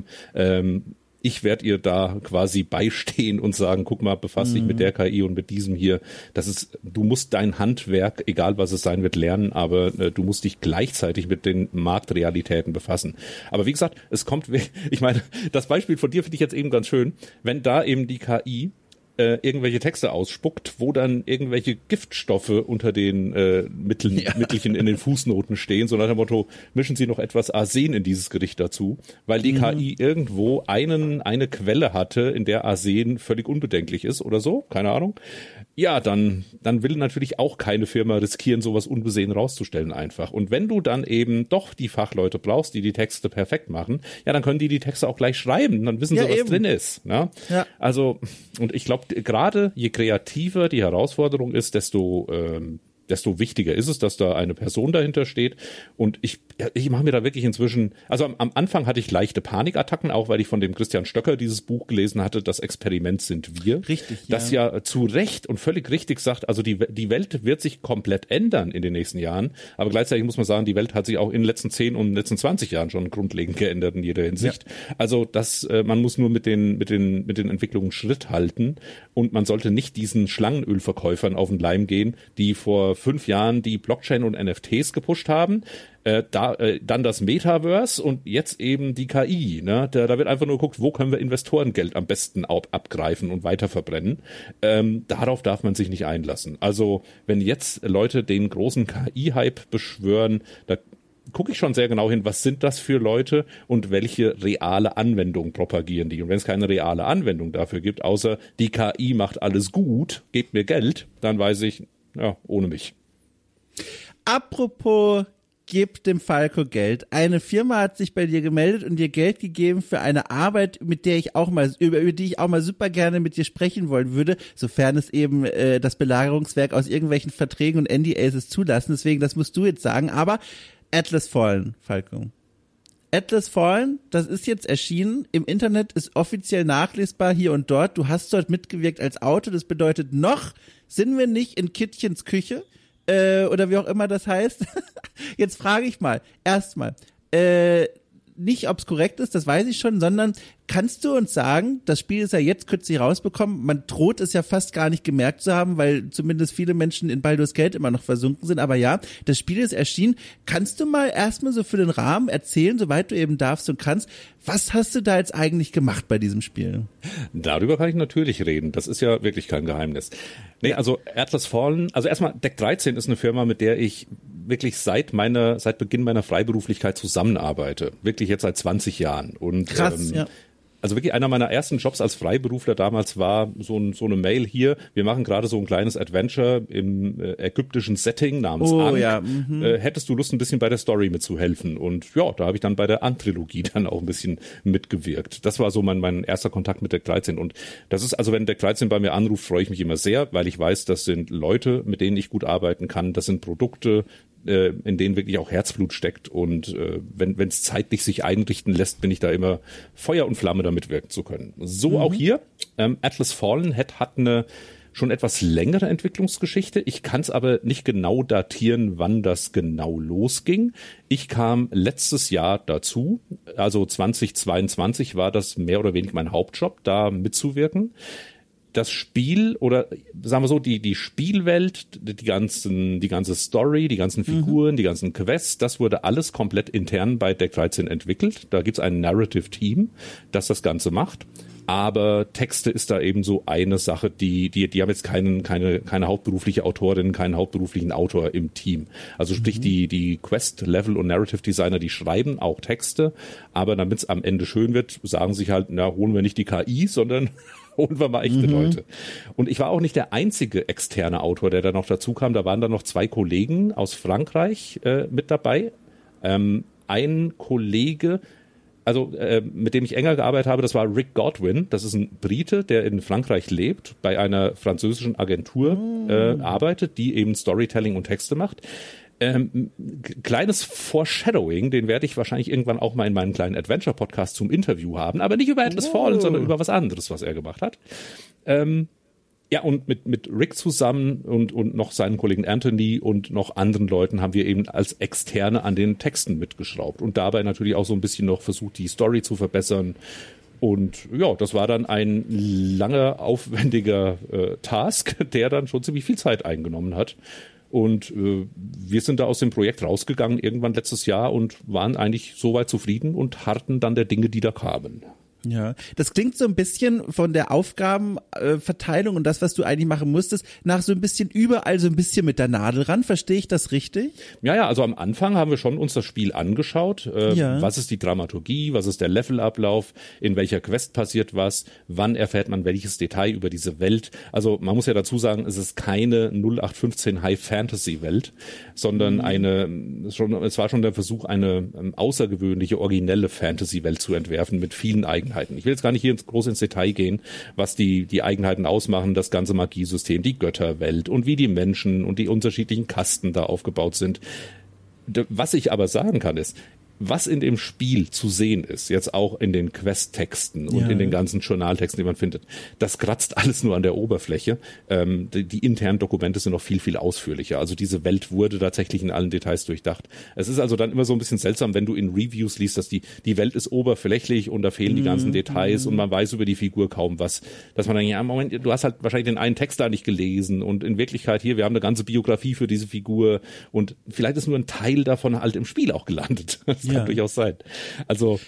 ich werde ihr da quasi beistehen und sagen, guck mal, befass dich mit der KI und mit diesem hier. Du musst dein Handwerk, egal was es sein wird, lernen, aber du musst dich gleichzeitig mit den Marktrealitäten befassen. Aber wie gesagt, ich meine, das Beispiel von dir finde ich jetzt eben ganz schön, wenn da eben die KI irgendwelche Texte ausspuckt, wo dann irgendwelche Giftstoffe unter den Mittelchen in den Fußnoten stehen, so nach dem Motto, mischen Sie noch etwas Arsen in dieses Gericht dazu, weil die KI irgendwo eine Quelle hatte, in der Arsen völlig unbedenklich ist oder so, keine Ahnung. Ja, dann will natürlich auch keine Firma riskieren, sowas unbesehen rauszustellen einfach. Und wenn du dann eben doch die Fachleute brauchst, die Texte perfekt machen, ja, dann können die Texte auch gleich schreiben, dann wissen sie, was drin ist. Ne? Ja. Also, und ich glaube, gerade je kreativer die Herausforderung ist, desto wichtiger ist es, dass da eine Person dahinter steht. Und ich mache mir da wirklich inzwischen, also am Anfang hatte ich leichte Panikattacken, auch weil ich von dem Christian Stöcker dieses Buch gelesen hatte, Das Experiment sind wir. Richtig, das ja zu Recht und völlig richtig sagt, also die Welt wird sich komplett ändern in den nächsten Jahren. Aber gleichzeitig muss man sagen, die Welt hat sich auch in den letzten 10 und in den letzten 20 Jahren schon grundlegend geändert in jeder Hinsicht. Ja. Also man muss nur mit den Entwicklungen Schritt halten und man sollte nicht diesen Schlangenölverkäufern auf den Leim gehen, die vor 5 Jahren die Blockchain und NFTs gepusht haben, dann das Metaverse und jetzt eben die KI. Ne? Da wird einfach nur geguckt, wo können wir Investorengeld am besten abgreifen und weiterverbrennen. Darauf darf man sich nicht einlassen. Also wenn jetzt Leute den großen KI-Hype beschwören, da gucke ich schon sehr genau hin, was sind das für Leute und welche reale Anwendung propagieren die. Und wenn es keine reale Anwendung dafür gibt, außer die KI macht alles gut, gebt mir Geld, dann weiß ich, ja, ohne mich. Apropos, gib dem Falco Geld. Eine Firma hat sich bei dir gemeldet und dir Geld gegeben für eine Arbeit, über die ich auch mal super gerne mit dir sprechen wollen würde, sofern es eben das Belagerungswerk aus irgendwelchen Verträgen und NDAs zulassen. Deswegen, das musst du jetzt sagen. Aber Atlas Fallen, Falco. Atlas Fallen, das ist jetzt erschienen. Im Internet ist offiziell nachlesbar hier und dort. Du hast dort mitgewirkt als Autor. Das bedeutet, noch sind wir nicht in Kittchens Küche oder wie auch immer das heißt. Jetzt frage ich mal, erstmal, nicht ob es korrekt ist, das weiß ich schon, sondern Kannst du uns sagen, das Spiel ist ja jetzt kürzlich rausbekommen, man droht es ja fast gar nicht gemerkt zu haben, weil zumindest viele Menschen in Baldur's Gate immer noch versunken sind, aber ja, das Spiel ist erschienen. Kannst du mal erstmal so für den Rahmen erzählen, soweit du eben darfst und kannst, was hast du da jetzt eigentlich gemacht bei diesem Spiel? Darüber kann ich natürlich reden, das ist ja wirklich kein Geheimnis. Nee, also Atlas Fallen, also erstmal Deck 13 ist eine Firma, mit der ich wirklich seit Beginn meiner Freiberuflichkeit zusammenarbeite. Wirklich jetzt seit 20 Jahren. Und krass, ja. Also wirklich einer meiner ersten Jobs als Freiberufler damals war so eine Mail hier, wir machen gerade so ein kleines Adventure im ägyptischen Setting namens Ankh. Ja. Hättest du Lust, ein bisschen bei der Story mitzuhelfen? Und ja, da habe ich dann bei der Ankh-Trilogie dann auch ein bisschen mitgewirkt. Das war so mein erster Kontakt mit Deck 13. Und das ist, also wenn Deck 13 bei mir anruft, freue ich mich immer sehr, weil ich weiß, das sind Leute, mit denen ich gut arbeiten kann. Das sind Produkte, in denen wirklich auch Herzblut steckt und wenn es zeitlich sich einrichten lässt, bin ich da immer Feuer und Flamme, da mitwirken zu können. So auch hier. Atlas Fallen hat eine schon etwas längere Entwicklungsgeschichte. Ich kann es aber nicht genau datieren, wann das genau losging. Ich kam letztes Jahr dazu, also 2022 war das mehr oder weniger mein Hauptjob, da mitzuwirken. Das Spiel oder sagen wir so, die Spielwelt, die ganze Story, die ganzen Figuren, die ganzen Quests, das wurde alles komplett intern bei Deck 13 entwickelt. Da gibt's ein Narrative-Team, das Ganze macht. Aber Texte ist da eben so eine Sache, die haben jetzt keine hauptberufliche Autorin, keinen hauptberuflichen Autor im Team. Also sprich die Quest, Level und Narrative Designer, die schreiben auch Texte, aber damit es am Ende schön wird, sagen sich halt, na, holen wir nicht die KI, sondern holen wir mal echte Leute. Und ich war auch nicht der einzige externe Autor, der da noch dazu kam. Da waren dann noch 2 Kollegen aus Frankreich mit dabei. Ein Kollege, also mit dem ich enger gearbeitet habe, das war Rick Godwin. Das ist ein Brite, der in Frankreich lebt, bei einer französischen Agentur arbeitet, die eben Storytelling und Texte macht. Kleines Foreshadowing, den werde ich wahrscheinlich irgendwann auch mal in meinem kleinen Adventure-Podcast zum Interview haben, aber nicht über Atlas Fallen, sondern über was anderes, was er gemacht hat. Ja, und mit Rick zusammen und noch seinen Kollegen Anthony und noch anderen Leuten haben wir eben als Externe an den Texten mitgeschraubt und dabei natürlich auch so ein bisschen noch versucht, die Story zu verbessern. Und ja, das war dann ein langer, aufwendiger Task, der dann schon ziemlich viel Zeit eingenommen hat. Und wir sind da aus dem Projekt rausgegangen irgendwann letztes Jahr und waren eigentlich soweit zufrieden und harrten dann der Dinge, die da kamen. Ja, das klingt so ein bisschen von der Aufgabenverteilung und das, was du eigentlich machen musstest, nach so ein bisschen überall so ein bisschen mit der Nadel ran. Verstehe ich das richtig? Ja, also am Anfang haben wir schon uns das Spiel angeschaut. Was ist die Dramaturgie, was ist der Levelablauf, in welcher Quest passiert was, wann erfährt man welches Detail über diese Welt. Also man muss ja dazu sagen, es ist keine 0815 High-Fantasy-Welt, sondern es war schon der Versuch, eine außergewöhnliche, originelle Fantasy-Welt zu entwerfen mit vielen Eigenheiten. Ich will jetzt gar nicht hier groß ins Detail gehen, was die Eigenheiten ausmachen, das ganze Magiesystem, die Götterwelt und wie die Menschen und die unterschiedlichen Kasten da aufgebaut sind. Was ich aber sagen kann ist, was in dem Spiel zu sehen ist, jetzt auch in den Quest-Texten und in den ganzen Journaltexten, die man findet, das kratzt alles nur an der Oberfläche. Die internen Dokumente sind noch viel, viel ausführlicher. Also diese Welt wurde tatsächlich in allen Details durchdacht. Es ist also dann immer so ein bisschen seltsam, wenn du in Reviews liest, dass die Welt ist oberflächlich und da fehlen die ganzen Details und man weiß über die Figur kaum was. Dass man dann, ja, Moment, du hast halt wahrscheinlich den einen Text da nicht gelesen und in Wirklichkeit hier, wir haben eine ganze Biografie für diese Figur und vielleicht ist nur ein Teil davon halt im Spiel auch gelandet. Kann durchaus sein. Also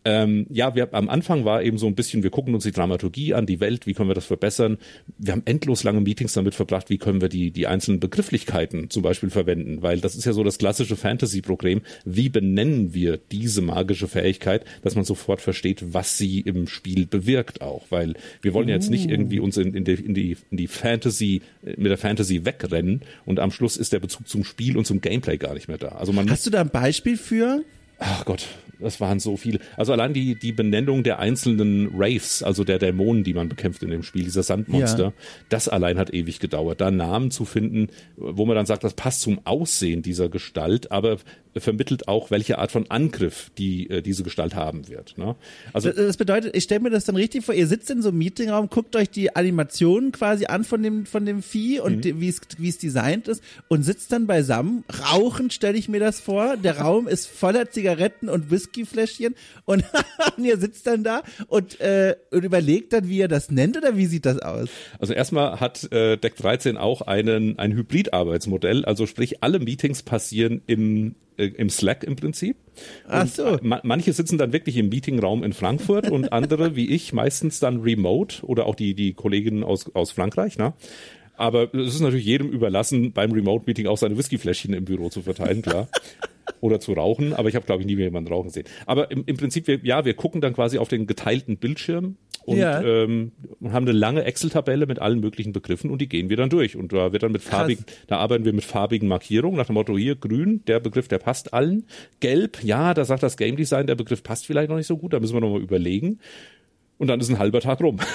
am Anfang war eben so ein bisschen, wir gucken uns die Dramaturgie an, die Welt, wie können wir das verbessern. Wir haben endlos lange Meetings damit verbracht, wie können wir die einzelnen Begrifflichkeiten zum Beispiel verwenden, weil das ist ja so das klassische Fantasy-Problem. Wie benennen wir diese magische Fähigkeit, dass man sofort versteht, was sie im Spiel bewirkt auch, weil wir wollen ja jetzt nicht irgendwie uns in die Fantasy, mit der Fantasy wegrennen und am Schluss ist der Bezug zum Spiel und zum Gameplay gar nicht mehr da. Also Hast du da ein Beispiel für? Ach Gott, das waren so viele. Also allein die Benennung der einzelnen Wraiths, also der Dämonen, die man bekämpft in dem Spiel, dieser Sandmonster, das allein hat ewig gedauert. Da Namen zu finden, wo man dann sagt, das passt zum Aussehen dieser Gestalt, aber vermittelt auch, welche Art von Angriff diese Gestalt haben wird. Ne? Also das bedeutet, ich stelle mir das dann richtig vor, ihr sitzt in so einem Meetingraum, guckt euch die Animationen quasi an von dem Vieh und wie es designt ist und sitzt dann beisammen. Rauchend stelle ich mir das vor. Der Raum ist voller Zigaretten. Zigaretten und Whiskyfläschchen und ihr sitzt dann da und überlegt dann, wie ihr das nennt oder wie sieht das aus? Also erstmal hat Deck 13 auch ein Hybrid-Arbeitsmodell, also sprich alle Meetings passieren im Slack im Prinzip. Ach so. Manche sitzen dann wirklich im Meetingraum in Frankfurt und andere, wie ich, meistens dann remote oder auch die Kolleginnen aus Frankreich, ne? Aber es ist natürlich jedem überlassen, beim Remote-Meeting auch seine Whiskyfläschchen im Büro zu verteilen, klar. Oder zu rauchen, aber ich habe, glaube ich, nie mehr jemanden rauchen gesehen. Aber im Prinzip, wir gucken dann quasi auf den geteilten Bildschirm und haben eine lange Excel-Tabelle mit allen möglichen Begriffen und die gehen wir dann durch. Und da wird dann da arbeiten wir mit farbigen Markierungen nach dem Motto, hier grün, der Begriff, der passt allen. Gelb, ja, da sagt das Game Design, der Begriff passt vielleicht noch nicht so gut, da müssen wir nochmal überlegen. Und dann ist ein halber Tag rum.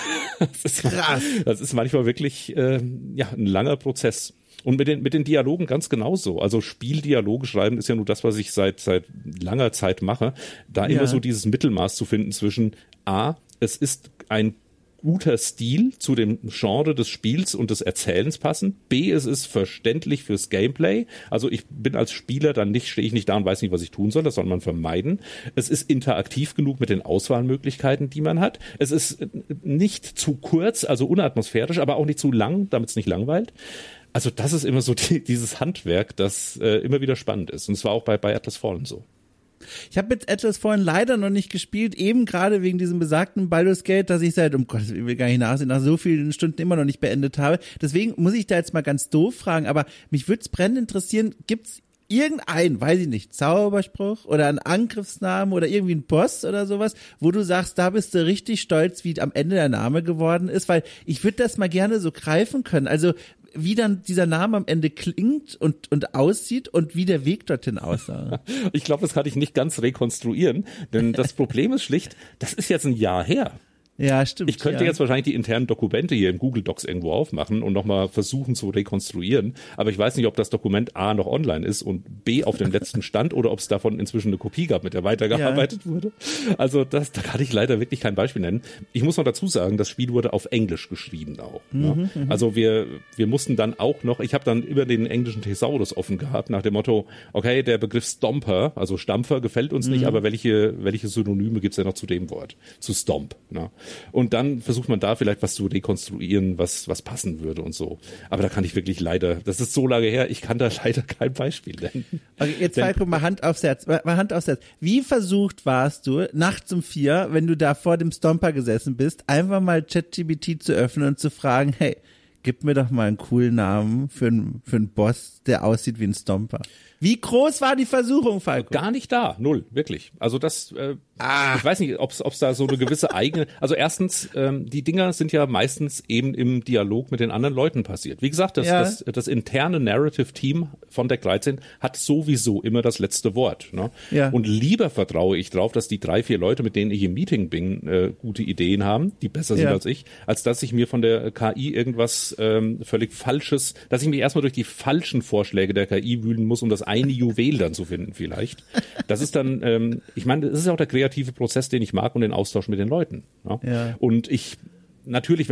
Krass. Das ist manchmal wirklich ein langer Prozess. Und mit den Dialogen ganz genauso. Also Spieldialoge schreiben ist ja nur das, was ich seit langer Zeit mache. Da immer so dieses Mittelmaß zu finden zwischen A, es ist ein guter Stil zu dem Genre des Spiels und des Erzählens passen. B, es ist verständlich fürs Gameplay. Also ich bin als Spieler stehe ich nicht da und weiß nicht, was ich tun soll. Das soll man vermeiden. Es ist interaktiv genug mit den Auswahlmöglichkeiten, die man hat. Es ist nicht zu kurz, also unatmosphärisch, aber auch nicht zu lang, damit es nicht langweilt. Also das ist immer so dieses Handwerk, das immer wieder spannend ist. Und es war auch bei Atlas Fallen so. Ich habe mit Atlas Fallen leider noch nicht gespielt, eben gerade wegen diesem besagten Baldur's Gate, dass ich seit, ich will gar nicht nachsehen, nach so vielen Stunden immer noch nicht beendet habe. Deswegen muss ich da jetzt mal ganz doof fragen, aber mich würde es brennend interessieren, gibt's irgendein, weiß ich nicht, Zauberspruch oder einen Angriffsnamen oder irgendwie ein Boss oder sowas, wo du sagst, da bist du richtig stolz, wie am Ende der Name geworden ist, weil ich würde das mal gerne so greifen können. Also wie dann dieser Name am Ende klingt und aussieht und wie der Weg dorthin aussah. Ich glaube, das kann ich nicht ganz rekonstruieren, denn das Problem ist schlicht, das ist jetzt ein Jahr her. Ja, stimmt. Ich könnte jetzt wahrscheinlich die internen Dokumente hier im Google Docs irgendwo aufmachen und nochmal versuchen zu rekonstruieren. Aber ich weiß nicht, ob das Dokument A noch online ist und B auf dem letzten Stand oder ob es davon inzwischen eine Kopie gab, mit der weitergearbeitet wurde. Also da kann ich leider wirklich kein Beispiel nennen. Ich muss noch dazu sagen, das Spiel wurde auf Englisch geschrieben auch. Ne? Also wir mussten dann auch noch, ich habe dann immer den englischen Thesaurus offen gehabt, nach dem Motto, okay, der Begriff Stomper, also Stampfer, gefällt uns nicht, aber welche Synonyme gibt's denn noch zu dem Wort? Zu Stomp. Ne? Und dann versucht man da vielleicht was zu rekonstruieren, was passen würde und so. Aber da kann ich wirklich leider, das ist so lange her, ich kann da leider kein Beispiel nennen. Okay, jetzt Falco, mal Hand aufs Herz. Wie versucht warst du, nachts um 4, wenn du da vor dem Stomper gesessen bist, einfach mal ChatGPT zu öffnen und zu fragen, hey, gib mir doch mal einen coolen Namen für einen Boss, der aussieht wie ein Stomper. Wie groß war die Versuchung, Falco? Gar nicht da, null, wirklich. Also das, ich weiß nicht, ob es da so eine gewisse eigene, also erstens, die Dinger sind ja meistens eben im Dialog mit den anderen Leuten passiert. Wie gesagt, das interne Narrative-Team von Deck 13 hat sowieso immer das letzte Wort. Ne? Ja. Und lieber vertraue ich drauf, dass die 3-4 Leute, mit denen ich im Meeting bin, gute Ideen haben, die besser sind als ich, als dass ich mir von der KI irgendwas völlig Falsches, dass ich mich erstmal durch die falschen Vorschläge der KI wühlen muss, um das eine Juwel dann zu finden vielleicht. Das ist dann, ich meine, das ist auch der kreative Prozess, den ich mag und den Austausch mit den Leuten. Ne? Ja. Und ich, natürlich,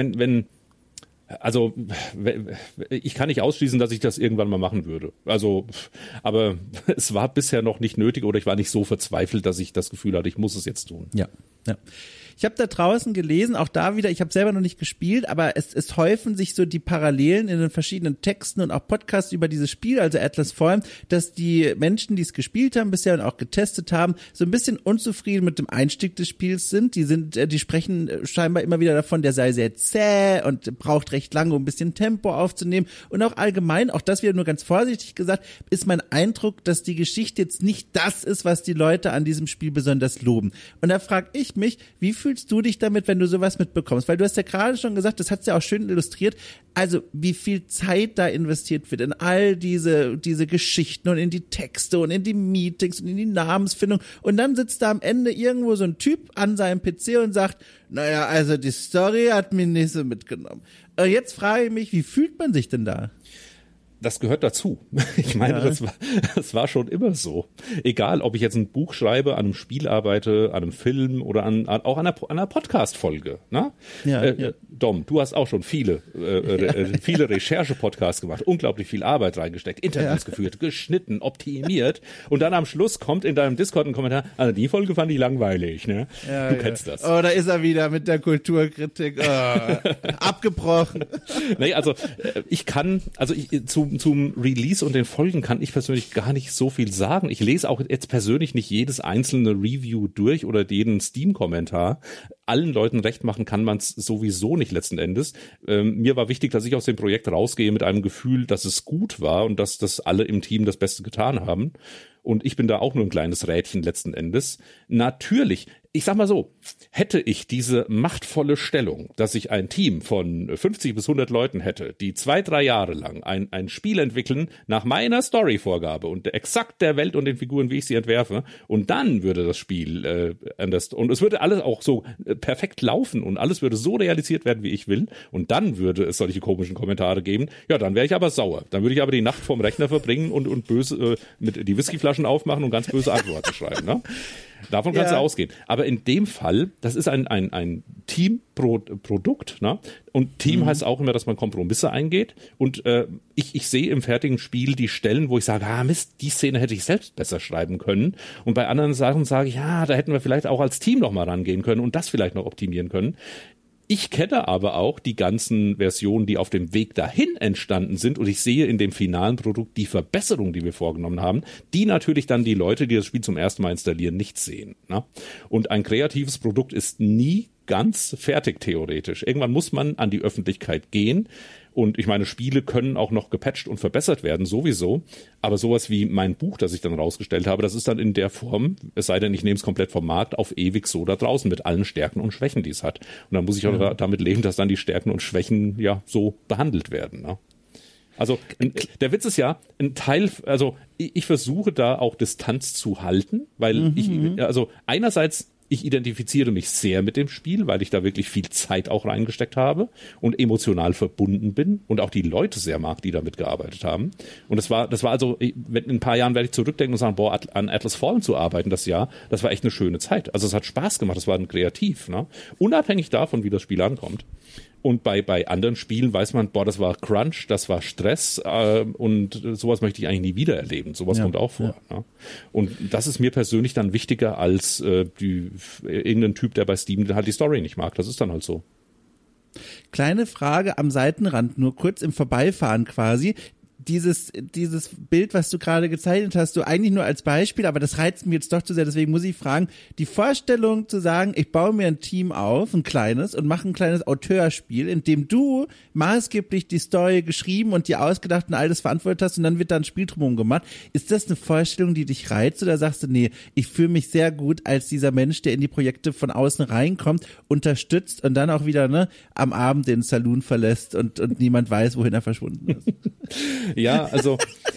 also ich kann nicht ausschließen, dass ich das irgendwann mal machen würde. Also, aber es war bisher noch nicht nötig oder ich war nicht so verzweifelt, dass ich das Gefühl hatte, ich muss es jetzt tun. Ja. Ich habe da draußen gelesen, auch da wieder, ich habe selber noch nicht gespielt, aber es häufen sich so die Parallelen in den verschiedenen Texten und auch Podcasts über dieses Spiel, also Atlas Fallen, dass die Menschen, die es gespielt haben bisher und auch getestet haben, so ein bisschen unzufrieden mit dem Einstieg des Spiels sind. Die sprechen scheinbar immer wieder davon, der sei sehr zäh und braucht recht lange, um ein bisschen Tempo aufzunehmen. Und auch allgemein, auch das wieder nur ganz vorsichtig gesagt, ist mein Eindruck, dass die Geschichte jetzt nicht das ist, was die Leute an diesem Spiel besonders loben. Und da frage ich mich, wie fühlst du dich damit, wenn du sowas mitbekommst? Weil du hast ja gerade schon gesagt, das hat's ja auch schön illustriert, also wie viel Zeit da investiert wird in all diese Geschichten und in die Texte und in die Meetings und in die Namensfindung und dann sitzt da am Ende irgendwo so ein Typ an seinem PC und sagt, naja, also die Story hat mich nicht so mitgenommen. Jetzt frage ich mich, wie fühlt man sich denn da? Das gehört dazu. Ich meine, das war schon immer so. Egal, ob ich jetzt ein Buch schreibe, an einem Spiel arbeite, an einem Film oder auch an einer Podcast-Folge. Ne? Ja. Dom, du hast auch schon viele Recherche-Podcasts gemacht, unglaublich viel Arbeit reingesteckt, Interviews geführt, geschnitten, optimiert und dann am Schluss kommt in deinem Discord ein Kommentar, also die Folge fand ich langweilig, ne? Ja, du kennst das. Oh, da ist er wieder mit der Kulturkritik. Oh, abgebrochen. Nee, also zum Release und den Folgen kann ich persönlich gar nicht so viel sagen. Ich lese auch jetzt persönlich nicht jedes einzelne Review durch oder jeden Steam-Kommentar. Allen Leuten recht machen kann man es sowieso nicht letzten Endes. Mir war wichtig, dass ich aus dem Projekt rausgehe mit einem Gefühl, dass es gut war und dass das alle im Team das Beste getan haben. Und ich bin da auch nur ein kleines Rädchen letzten Endes. Natürlich, ich sag mal so, hätte ich diese machtvolle Stellung, dass ich ein Team von 50 bis 100 Leuten hätte, die 2-3 Jahre lang ein Spiel entwickeln nach meiner Storyvorgabe und exakt der Welt und den Figuren, wie ich sie entwerfe, und dann würde das Spiel anders, und es würde alles auch so perfekt laufen und alles würde so realisiert werden, wie ich will, und dann würde es solche komischen Kommentare geben, ja, dann wäre ich aber sauer. Dann würde ich aber die Nacht vorm Rechner verbringen und böse mit die Whiskyflaschen aufmachen und ganz böse Antworten schreiben, ne? Davon kannst du ausgehen. Aber in dem Fall, das ist ein Teamprodukt, ne? Und Team heißt auch immer, dass man Kompromisse eingeht. Und ich sehe im fertigen Spiel die Stellen, wo ich sage, Mist, die Szene hätte ich selbst besser schreiben können. Und bei anderen Sachen sage ich, ja, da hätten wir vielleicht auch als Team noch mal rangehen können und das vielleicht noch optimieren können. Ich kenne aber auch die ganzen Versionen, die auf dem Weg dahin entstanden sind, und ich sehe in dem finalen Produkt die Verbesserungen, die wir vorgenommen haben, die natürlich dann die Leute, die das Spiel zum ersten Mal installieren, nicht sehen, ne? Und ein kreatives Produkt ist nie ganz fertig theoretisch. Irgendwann muss man an die Öffentlichkeit gehen. Und ich meine, Spiele können auch noch gepatcht und verbessert werden, sowieso. Aber sowas wie mein Buch, das ich dann rausgestellt habe, das ist dann in der Form, es sei denn, ich nehme es komplett vom Markt, auf ewig so da draußen mit allen Stärken und Schwächen, die es hat. Und dann muss ich auch damit leben, dass dann die Stärken und Schwächen ja so behandelt werden, ne? Also der Witz ist ja, ein Teil, also ich versuche da auch Distanz zu halten, weil einerseits, ich identifiziere mich sehr mit dem Spiel, weil ich da wirklich viel Zeit auch reingesteckt habe und emotional verbunden bin und auch die Leute sehr mag, die da mitgearbeitet haben. Und das war also, in ein paar Jahren werde ich zurückdenken und sagen, an Atlas Fallen zu arbeiten das Jahr, das war echt eine schöne Zeit. Also es hat Spaß gemacht, es war ein Kreativ, ne? Unabhängig davon, wie das Spiel ankommt. Und bei anderen Spielen weiß man, das war Crunch, das war Stress und sowas möchte ich eigentlich nie wieder erleben. Sowas kommt auch vor. Ja. Ne? Und das ist mir persönlich dann wichtiger als irgendein Typ, der bei Steam halt die Story nicht mag. Das ist dann halt so. Kleine Frage am Seitenrand, nur kurz im Vorbeifahren quasi. Dieses Bild, was du gerade gezeichnet hast, du eigentlich nur als Beispiel, aber das reizt mich jetzt doch zu sehr, deswegen muss ich fragen, die Vorstellung zu sagen, ich baue mir ein Team auf, ein kleines, und mache ein kleines Auteurspiel, in dem du maßgeblich die Story geschrieben und dir ausgedacht und alles verantwortet hast und dann wird da ein Spiel drumherum gemacht. Ist das eine Vorstellung, die dich reizt, oder sagst du, nee, ich fühle mich sehr gut als dieser Mensch, der in die Projekte von außen reinkommt, unterstützt und dann auch wieder am Abend den Saloon verlässt und niemand weiß, wohin er verschwunden ist? Ja, also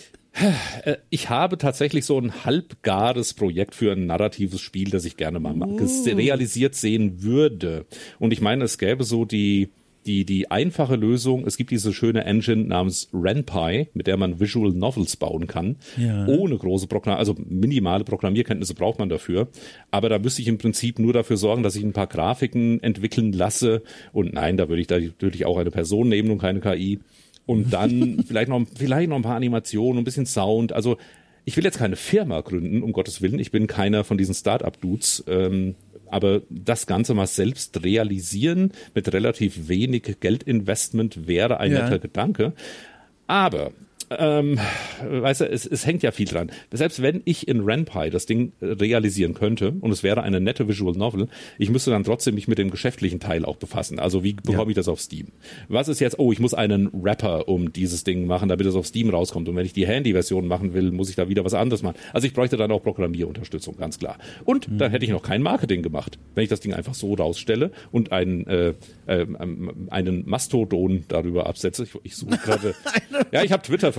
ich habe tatsächlich so ein halbgares Projekt für ein narratives Spiel, das ich gerne mal realisiert sehen würde. Und ich meine, es gäbe so die einfache Lösung, es gibt diese schöne Engine namens RenPy, mit der man Visual Novels bauen kann, ohne große minimale Programmierkenntnisse braucht man dafür, aber da müsste ich im Prinzip nur dafür sorgen, dass ich ein paar Grafiken entwickeln lasse, und nein, da würde ich natürlich auch eine Person nehmen und keine KI. Und dann vielleicht noch ein paar Animationen, ein bisschen Sound. Also ich will jetzt keine Firma gründen, um Gottes Willen. Ich bin keiner von diesen Start-up-Dudes. Aber das Ganze mal selbst realisieren mit relativ wenig Geldinvestment wäre ein netter Gedanke. Aber weißt du, es hängt ja viel dran. Selbst wenn ich in RenPy das Ding realisieren könnte und es wäre eine nette Visual Novel, ich müsste dann trotzdem mich mit dem geschäftlichen Teil auch befassen. Also wie bekomme ich das auf Steam? Was ist jetzt, ich muss einen Wrapper um dieses Ding machen, damit es auf Steam rauskommt. Und wenn ich die Handy-Version machen will, muss ich da wieder was anderes machen. Also ich bräuchte dann auch Programmierunterstützung, ganz klar. Und dann hätte ich noch kein Marketing gemacht, wenn ich das Ding einfach so rausstelle und einen Mastodon darüber absetze. Ich suche gerade. Ja, ich habe Twitter vergessen.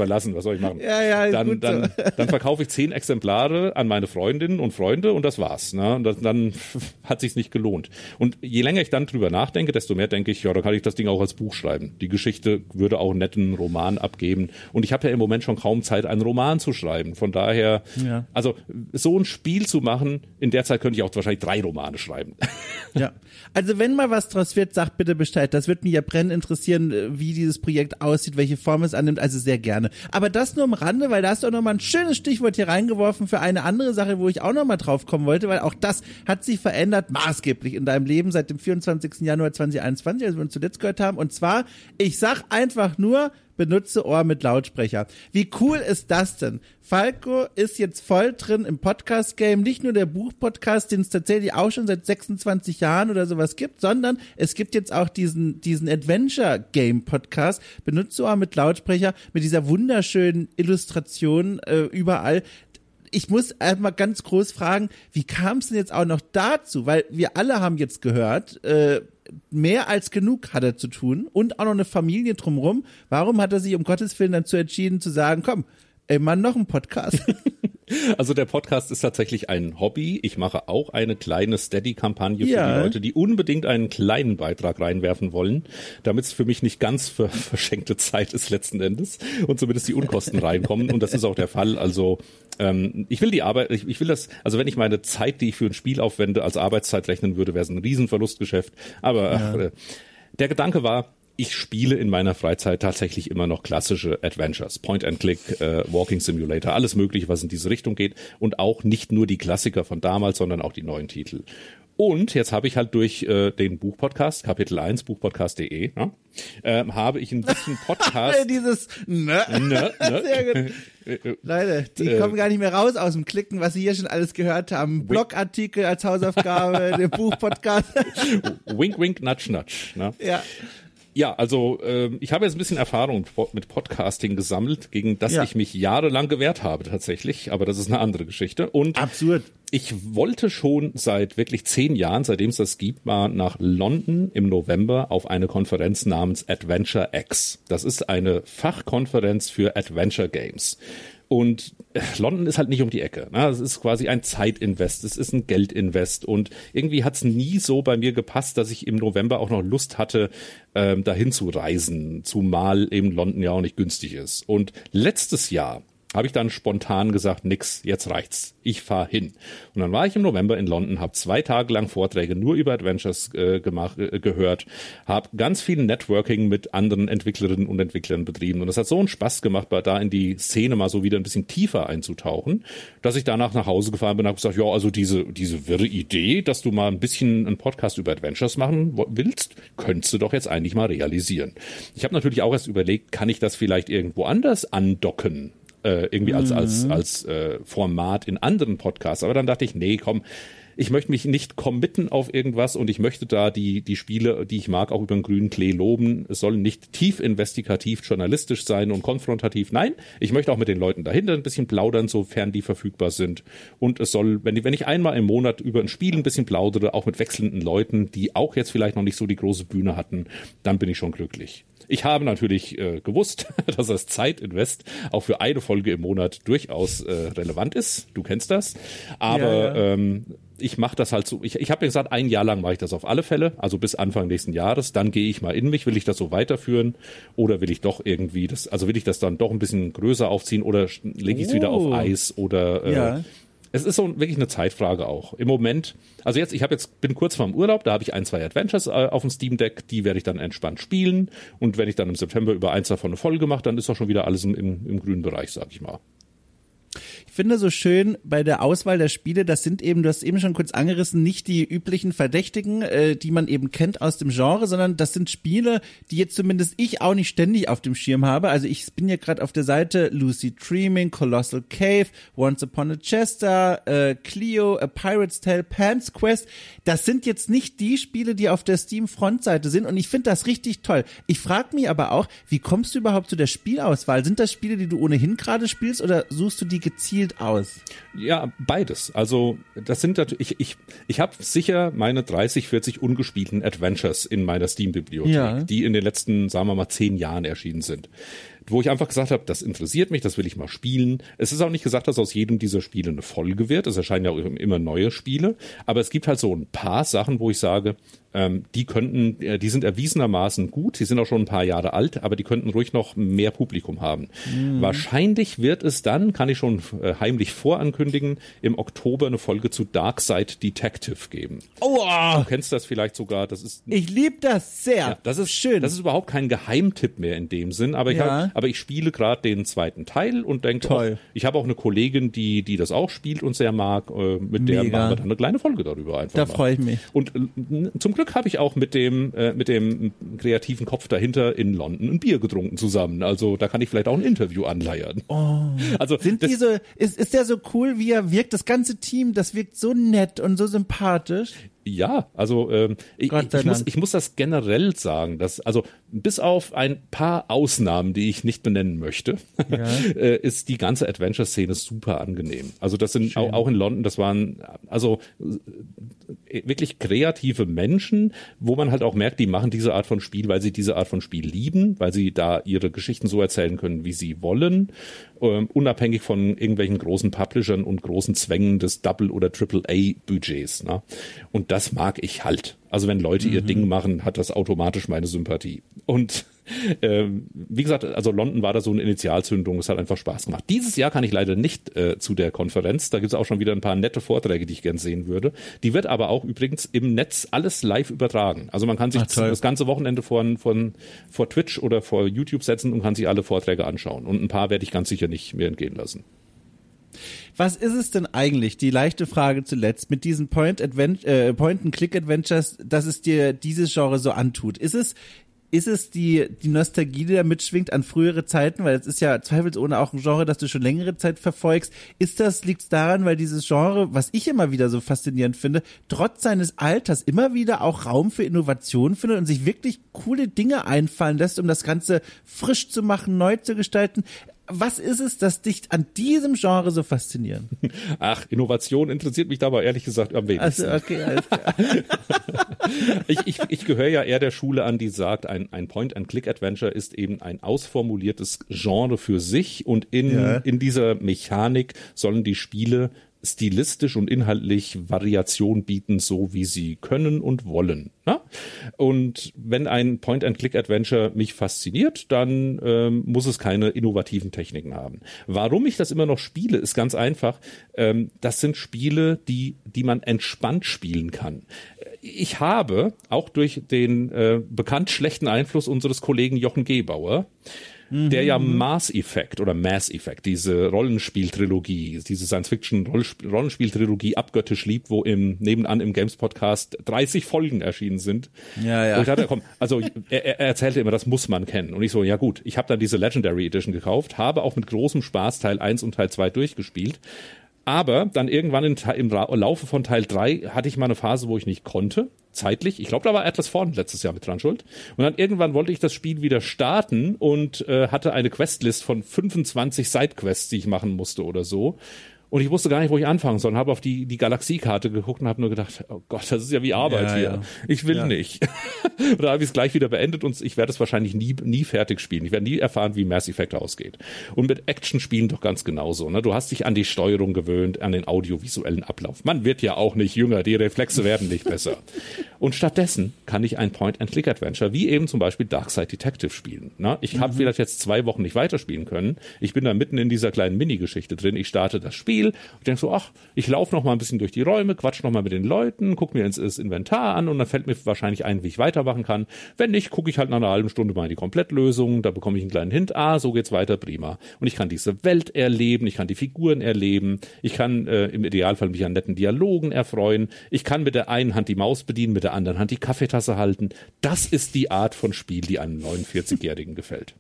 verlassen, was soll ich machen? Ja, dann verkaufe ich 10 Exemplare an meine Freundinnen und Freunde und das war's. Ne? Und dann hat sich's nicht gelohnt. Und je länger ich dann drüber nachdenke, desto mehr denke ich, ja, da kann ich das Ding auch als Buch schreiben. Die Geschichte würde auch einen netten Roman abgeben. Und ich habe ja im Moment schon kaum Zeit, einen Roman zu schreiben. Von daher, also so ein Spiel zu machen, in der Zeit könnte ich auch wahrscheinlich 3 Romane schreiben. Ja, also wenn mal was draus wird, sagt bitte Bescheid. Das wird mich ja brennend interessieren, wie dieses Projekt aussieht, welche Form es annimmt, also sehr gerne. Aber das nur am Rande, weil da hast du auch nochmal ein schönes Stichwort hier reingeworfen für eine andere Sache, wo ich auch nochmal drauf kommen wollte, weil auch das hat sich verändert, maßgeblich in deinem Leben seit dem 24. Januar 2021, als wir uns zuletzt gehört haben. Und zwar, ich sag einfach nur, benutze Ohr mit Lautsprecher. Wie cool ist das denn? Falco ist jetzt voll drin im Podcast-Game, nicht nur der Buch-Podcast, den es tatsächlich auch schon seit 26 Jahren oder sowas gibt, sondern es gibt jetzt auch diesen Adventure-Game-Podcast, benutze Ohr mit Lautsprecher, mit dieser wunderschönen Illustration überall. Ich muss einmal ganz groß fragen, wie kam es denn jetzt auch noch dazu? Weil wir alle haben jetzt gehört, mehr als genug hat er zu tun und auch noch eine Familie drumherum. Warum hat er sich um Gottes Willen dazu entschieden zu sagen, komm, ey Mann, noch ein Podcast? Also der Podcast ist tatsächlich ein Hobby. Ich mache auch eine kleine Steady-Kampagne für die Leute, die unbedingt einen kleinen Beitrag reinwerfen wollen, damit es für mich nicht ganz verschenkte Zeit ist letzten Endes und zumindest die Unkosten reinkommen. Und das ist auch der Fall. Also ich will die Arbeit, ich will das, also wenn ich meine Zeit, die ich für ein Spiel aufwende, als Arbeitszeit rechnen würde, wäre es ein Riesenverlustgeschäft. Aber der Gedanke war, ich spiele in meiner Freizeit tatsächlich immer noch klassische Adventures, Point-and-Click, Walking Simulator, alles Mögliche, was in diese Richtung geht und auch nicht nur die Klassiker von damals, sondern auch die neuen Titel. Und jetzt habe ich halt durch den Buchpodcast, Kapitel 1, buchpodcast.de, habe ich ein bisschen Podcast. Dieses Sehr gut. Leute, die kommen gar nicht mehr raus aus dem Klicken, was sie hier schon alles gehört haben. Blogartikel als Hausaufgabe, der Buchpodcast. Wink, wink, nudge, nudge. Ne? Ja. Ja, also ich habe jetzt ein bisschen Erfahrung mit Podcasting gesammelt, gegen das ich mich jahrelang gewehrt habe tatsächlich, aber das ist eine andere Geschichte. Und absurd. Ich wollte schon seit wirklich 10 Jahren, seitdem es das gibt, mal nach London im November auf eine Konferenz namens Adventure X. Das ist eine Fachkonferenz für Adventure Games. Und London ist halt nicht um die Ecke. Ne? Es ist quasi ein Zeitinvest, es ist ein Geldinvest und irgendwie hat es nie so bei mir gepasst, dass ich im November auch noch Lust hatte, dahin zu reisen, zumal eben London ja auch nicht günstig ist. Und letztes Jahr habe ich dann spontan gesagt, nix, jetzt reicht's, ich fahre hin. Und dann war ich im November in London, habe 2 Tage lang Vorträge nur über Adventures gehört, habe ganz viel Networking mit anderen Entwicklerinnen und Entwicklern betrieben. Und es hat so einen Spaß gemacht, da in die Szene mal so wieder ein bisschen tiefer einzutauchen, dass ich danach nach Hause gefahren bin und habe gesagt, ja, also diese wirre Idee, dass du mal ein bisschen einen Podcast über Adventures machen willst, könntest du doch jetzt eigentlich mal realisieren. Ich habe natürlich auch erst überlegt, kann ich das vielleicht irgendwo anders andocken? Irgendwie als Format in anderen Podcasts. Aber dann dachte ich, nee, komm, ich möchte mich nicht committen auf irgendwas und ich möchte da die Spiele, die ich mag, auch über den grünen Klee loben. Es soll nicht tief investigativ journalistisch sein und konfrontativ. Nein, ich möchte auch mit den Leuten dahinter ein bisschen plaudern, sofern die verfügbar sind. Und es soll, wenn ich einmal im Monat über ein Spiel ein bisschen plaudere, auch mit wechselnden Leuten, die auch jetzt vielleicht noch nicht so die große Bühne hatten, dann bin ich schon glücklich. Ich habe natürlich gewusst, dass das Zeitinvest auch für eine Folge im Monat durchaus relevant ist. Du kennst das. Aber ich mache das halt so. Ich habe mir gesagt, 1 Jahr lang mache ich das auf alle Fälle, also bis Anfang nächsten Jahres. Dann gehe ich mal in mich. Will ich das so weiterführen oder will ich doch irgendwie will ich das dann doch ein bisschen größer aufziehen oder lege ich es wieder auf Eis oder es ist so wirklich eine Zeitfrage auch. Im Moment, also bin kurz vorm Urlaub, da habe ich 1, 2 Adventures auf dem Steam Deck, die werde ich dann entspannt spielen. Und wenn ich dann im September über 1 davon eine Folge mache, dann ist auch schon wieder alles im grünen Bereich, sag ich mal. Ich finde so schön bei der Auswahl der Spiele, das sind eben, du hast eben schon kurz angerissen, nicht die üblichen Verdächtigen, die man eben kennt aus dem Genre, sondern das sind Spiele, die jetzt zumindest ich auch nicht ständig auf dem Schirm habe. Also ich bin ja gerade auf der Seite Lucid Dreaming, Colossal Cave, Once Upon a Chester, Clio, A Pirate's Tale, Pan's Quest. Das sind jetzt nicht die Spiele, die auf der Steam-Frontseite sind und ich finde das richtig toll. Ich frage mich aber auch, wie kommst du überhaupt zu der Spielauswahl? Sind das Spiele, die du ohnehin gerade spielst oder suchst du die gezielt aus? Ja, beides. Also das sind natürlich, ich habe sicher meine 30, 40 ungespielten Adventures in meiner Steam-Bibliothek, die in den letzten, sagen wir mal, 10 Jahren erschienen sind. wo ich einfach gesagt habe, das interessiert mich, das will ich mal spielen. Es ist auch nicht gesagt, dass aus jedem dieser Spiele eine Folge wird. Es erscheinen ja auch immer neue Spiele. Aber es gibt halt so ein paar Sachen, wo ich sage, die sind erwiesenermaßen gut, die sind auch schon ein paar Jahre alt, aber die könnten ruhig noch mehr Publikum haben. Wahrscheinlich wird es dann, kann ich schon heimlich vorankündigen, im Oktober eine Folge zu Darkside Detective geben. Oh, du kennst das vielleicht sogar, das ist... Ich liebe das sehr. Ja, das ist schön. Das ist überhaupt kein Geheimtipp mehr in dem Sinn, aber ich spiele gerade den zweiten Teil und denke, ich habe auch eine Kollegin, die das auch spielt und sehr mag, mit der machen wir dann eine kleine Folge darüber einfach. Da freue ich mich. Und zum Glück habe ich auch mit dem kreativen Kopf dahinter in London ein Bier getrunken zusammen. Also da kann ich vielleicht auch ein Interview anleiern. Oh. Also ist der so cool, wie er wirkt? Das ganze Team, das wirkt so nett und so sympathisch. Ja, also ich muss das generell sagen, dass also bis auf ein paar Ausnahmen, die ich nicht benennen möchte, ist die ganze Adventure-Szene super angenehm. Also das sind auch in London, das waren also wirklich kreative Menschen, wo man halt auch merkt, die machen diese Art von Spiel, weil sie diese Art von Spiel lieben, weil sie da ihre Geschichten so erzählen können, wie sie wollen, unabhängig von irgendwelchen großen Publishern und großen Zwängen des Double- oder Triple-A-Budgets. Ne? Und das mag ich halt. Also wenn Leute ihr Ding machen, hat das automatisch meine Sympathie. Und wie gesagt, also London war da so eine Initialzündung, es hat einfach Spaß gemacht. Dieses Jahr kann ich leider nicht zu der Konferenz, da gibt es auch schon wieder ein paar nette Vorträge, die ich gern sehen würde. Die wird aber auch übrigens im Netz alles live übertragen. Also man kann sich das ganze Wochenende vor Twitch oder vor YouTube setzen und kann sich alle Vorträge anschauen. Und ein paar werde ich ganz sicher nicht mehr entgehen lassen. Was ist es denn eigentlich, die leichte Frage zuletzt, mit diesen Point-and-Click-Adventures, dass es dir dieses Genre so antut? Ist es die Nostalgie, die da mitschwingt an frühere Zeiten, weil es ist ja zweifelsohne auch ein Genre, das du schon längere Zeit verfolgst. Liegt es daran, weil dieses Genre, was ich immer wieder so faszinierend finde, trotz seines Alters immer wieder auch Raum für Innovation findet und sich wirklich coole Dinge einfallen lässt, um das Ganze frisch zu machen, neu zu gestalten? Was ist es, das dich an diesem Genre so fasziniert? Ach, Innovation interessiert mich dabei ehrlich gesagt am wenigsten. Also, okay, alles klar. Ich gehöre ja eher der Schule an, die sagt, ein Point-and-Click-Adventure ist eben ein ausformuliertes Genre für sich und in dieser Mechanik sollen die Spiele stilistisch und inhaltlich Variation bieten, so wie sie können und wollen. Na? Und wenn ein Point-and-Click-Adventure mich fasziniert, dann muss es keine innovativen Techniken haben. Warum ich das immer noch spiele, ist ganz einfach. Das sind Spiele, die man entspannt spielen kann. Ich habe, auch durch den bekannt schlechten Einfluss unseres Kollegen Jochen Gebauer, der ja Mass Effect, diese Rollenspieltrilogie, diese Science-Fiction-Rollenspieltrilogie abgöttisch liebt, wo nebenan im Games-Podcast 30 Folgen erschienen sind. Ja. Und ich dachte, komm, also er erzählte immer, das muss man kennen. Und ich so, ja gut, ich habe dann diese Legendary Edition gekauft, habe auch mit großem Spaß Teil 1 und Teil 2 durchgespielt. Aber dann irgendwann im Laufe von Teil 3 hatte ich mal eine Phase, wo ich nicht konnte, zeitlich. Ich glaube, da war Atlas Fallen letztes Jahr mit dran schuld. Und dann irgendwann wollte ich das Spiel wieder starten und hatte eine Questlist von 25 Sidequests, die ich machen musste oder so. Und ich wusste gar nicht, wo ich anfangen soll. Und habe auf die Galaxiekarte geguckt und habe nur gedacht, oh Gott, das ist ja wie Arbeit hier. Ja. Ich will nicht. Und da habe ich es gleich wieder beendet und ich werde es wahrscheinlich nie fertig spielen. Ich werde nie erfahren, wie Mass Effect ausgeht. Und mit Action-Spielen doch ganz genauso. Ne? Du hast dich an die Steuerung gewöhnt, an den audiovisuellen Ablauf. Man wird ja auch nicht jünger, die Reflexe werden nicht besser. Und stattdessen kann ich ein Point-and-Click-Adventure, wie eben zum Beispiel Darkside Detective spielen. Ne? Ich habe vielleicht jetzt 2 Wochen nicht weiterspielen können. Ich bin da mitten in dieser kleinen Mini-Geschichte drin. Ich starte das Spiel. Ich denke so, ach, ich laufe noch mal ein bisschen durch die Räume, quatsch noch mal mit den Leuten, guck mir das Inventar an und dann fällt mir wahrscheinlich ein, wie ich weitermachen kann. Wenn nicht, gucke ich halt nach einer halben Stunde mal in die Komplettlösung, da bekomme ich einen kleinen Hint, so geht's weiter, prima. Und ich kann diese Welt erleben, ich kann die Figuren erleben, ich kann im Idealfall mich an netten Dialogen erfreuen, ich kann mit der einen Hand die Maus bedienen, mit der anderen Hand die Kaffeetasse halten. Das ist die Art von Spiel, die einem 49-Jährigen gefällt.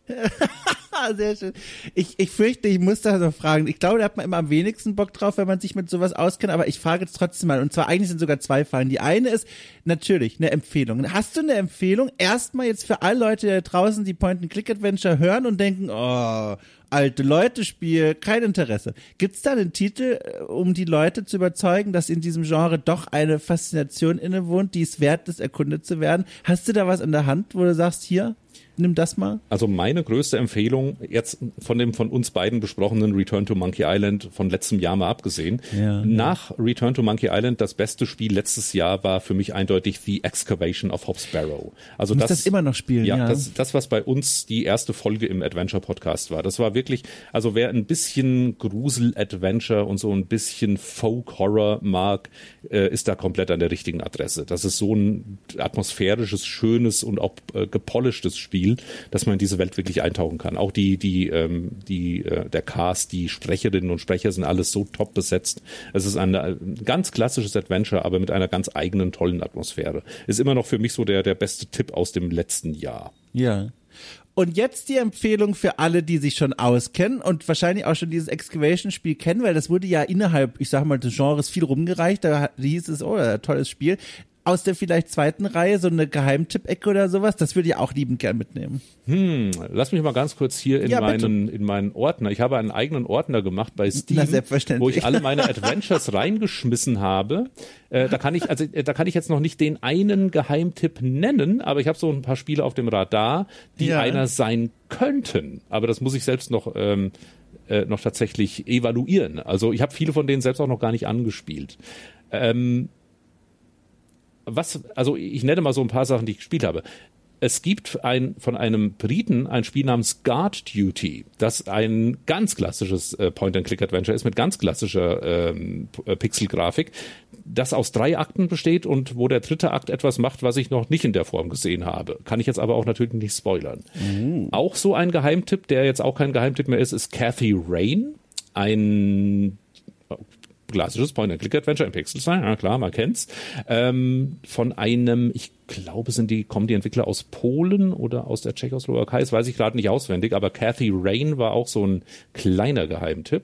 Sehr schön. Ich fürchte, ich muss da so fragen. Ich glaube, da hat man immer am wenigsten Bock drauf, wenn man sich mit sowas auskennt, aber ich frage jetzt trotzdem mal. Und zwar eigentlich sind sogar 2 Fragen. Die eine ist natürlich eine Empfehlung. Hast du eine Empfehlung? Erstmal jetzt für alle Leute da draußen, die Point-and-Click-Adventure hören und denken, oh, alte Leute-Spiel, kein Interesse. Gibt's da einen Titel, um die Leute zu überzeugen, dass in diesem Genre doch eine Faszination innewohnt, die es wert ist, erkundet zu werden? Hast du da was in der Hand, wo du sagst, hier, nimm das mal. Also meine größte Empfehlung, jetzt von dem von uns beiden besprochenen Return to Monkey Island von letztem Jahr mal abgesehen, nach Return to Monkey Island das beste Spiel letztes Jahr war für mich eindeutig The Excavation of Hobbs Barrow. Also das immer noch spielen. Ja, das, was bei uns die erste Folge im Adventure-Podcast war. Das war wirklich, also wer ein bisschen Grusel-Adventure und so ein bisschen Folk-Horror mag, ist da komplett an der richtigen Adresse. Das ist so ein atmosphärisches, schönes und auch gepolischtes Spiel, dass man in diese Welt wirklich eintauchen kann. Auch der Cast, die Sprecherinnen und Sprecher sind alles so top besetzt. Es ist ein ganz klassisches Adventure, aber mit einer ganz eigenen, tollen Atmosphäre. Ist immer noch für mich so der beste Tipp aus dem letzten Jahr. Ja. Und jetzt die Empfehlung für alle, die sich schon auskennen und wahrscheinlich auch schon dieses Excavation-Spiel kennen, weil das wurde ja innerhalb, ich sag mal, des Genres viel rumgereicht. Da hieß es, oh, tolles Spiel. Aus der vielleicht zweiten Reihe, so eine Geheimtipp-Ecke oder sowas, das würde ich auch liebend gern mitnehmen. Lass mich mal ganz kurz hier in meinen Ordner. Ich habe einen eigenen Ordner gemacht bei Steam, wo ich alle meine Adventures reingeschmissen habe. Da kann ich jetzt noch nicht den einen Geheimtipp nennen, aber ich habe so ein paar Spiele auf dem Radar, die einer sein könnten. Aber das muss ich selbst noch tatsächlich evaluieren. Also ich habe viele von denen selbst auch noch gar nicht angespielt. Also ich nenne mal so ein paar Sachen, die ich gespielt habe. Es gibt von einem Briten ein Spiel namens Guard Duty, das ein ganz klassisches Point-and-Click-Adventure ist mit ganz klassischer Pixelgrafik, das aus 3 Akten besteht und wo der 3. Akt etwas macht, was ich noch nicht in der Form gesehen habe. Kann ich jetzt aber auch natürlich nicht spoilern. Auch so ein Geheimtipp, der jetzt auch kein Geheimtipp mehr ist Cathy Rain, ein klassisches Point-and-Click-Adventure im Pixel-Style, ja klar, man kennt's. Von einem, ich glaube, kommen die Entwickler aus Polen oder aus der Tschechoslowakei, das weiß ich gerade nicht auswendig, aber Cathy Rain war auch so ein kleiner Geheimtipp.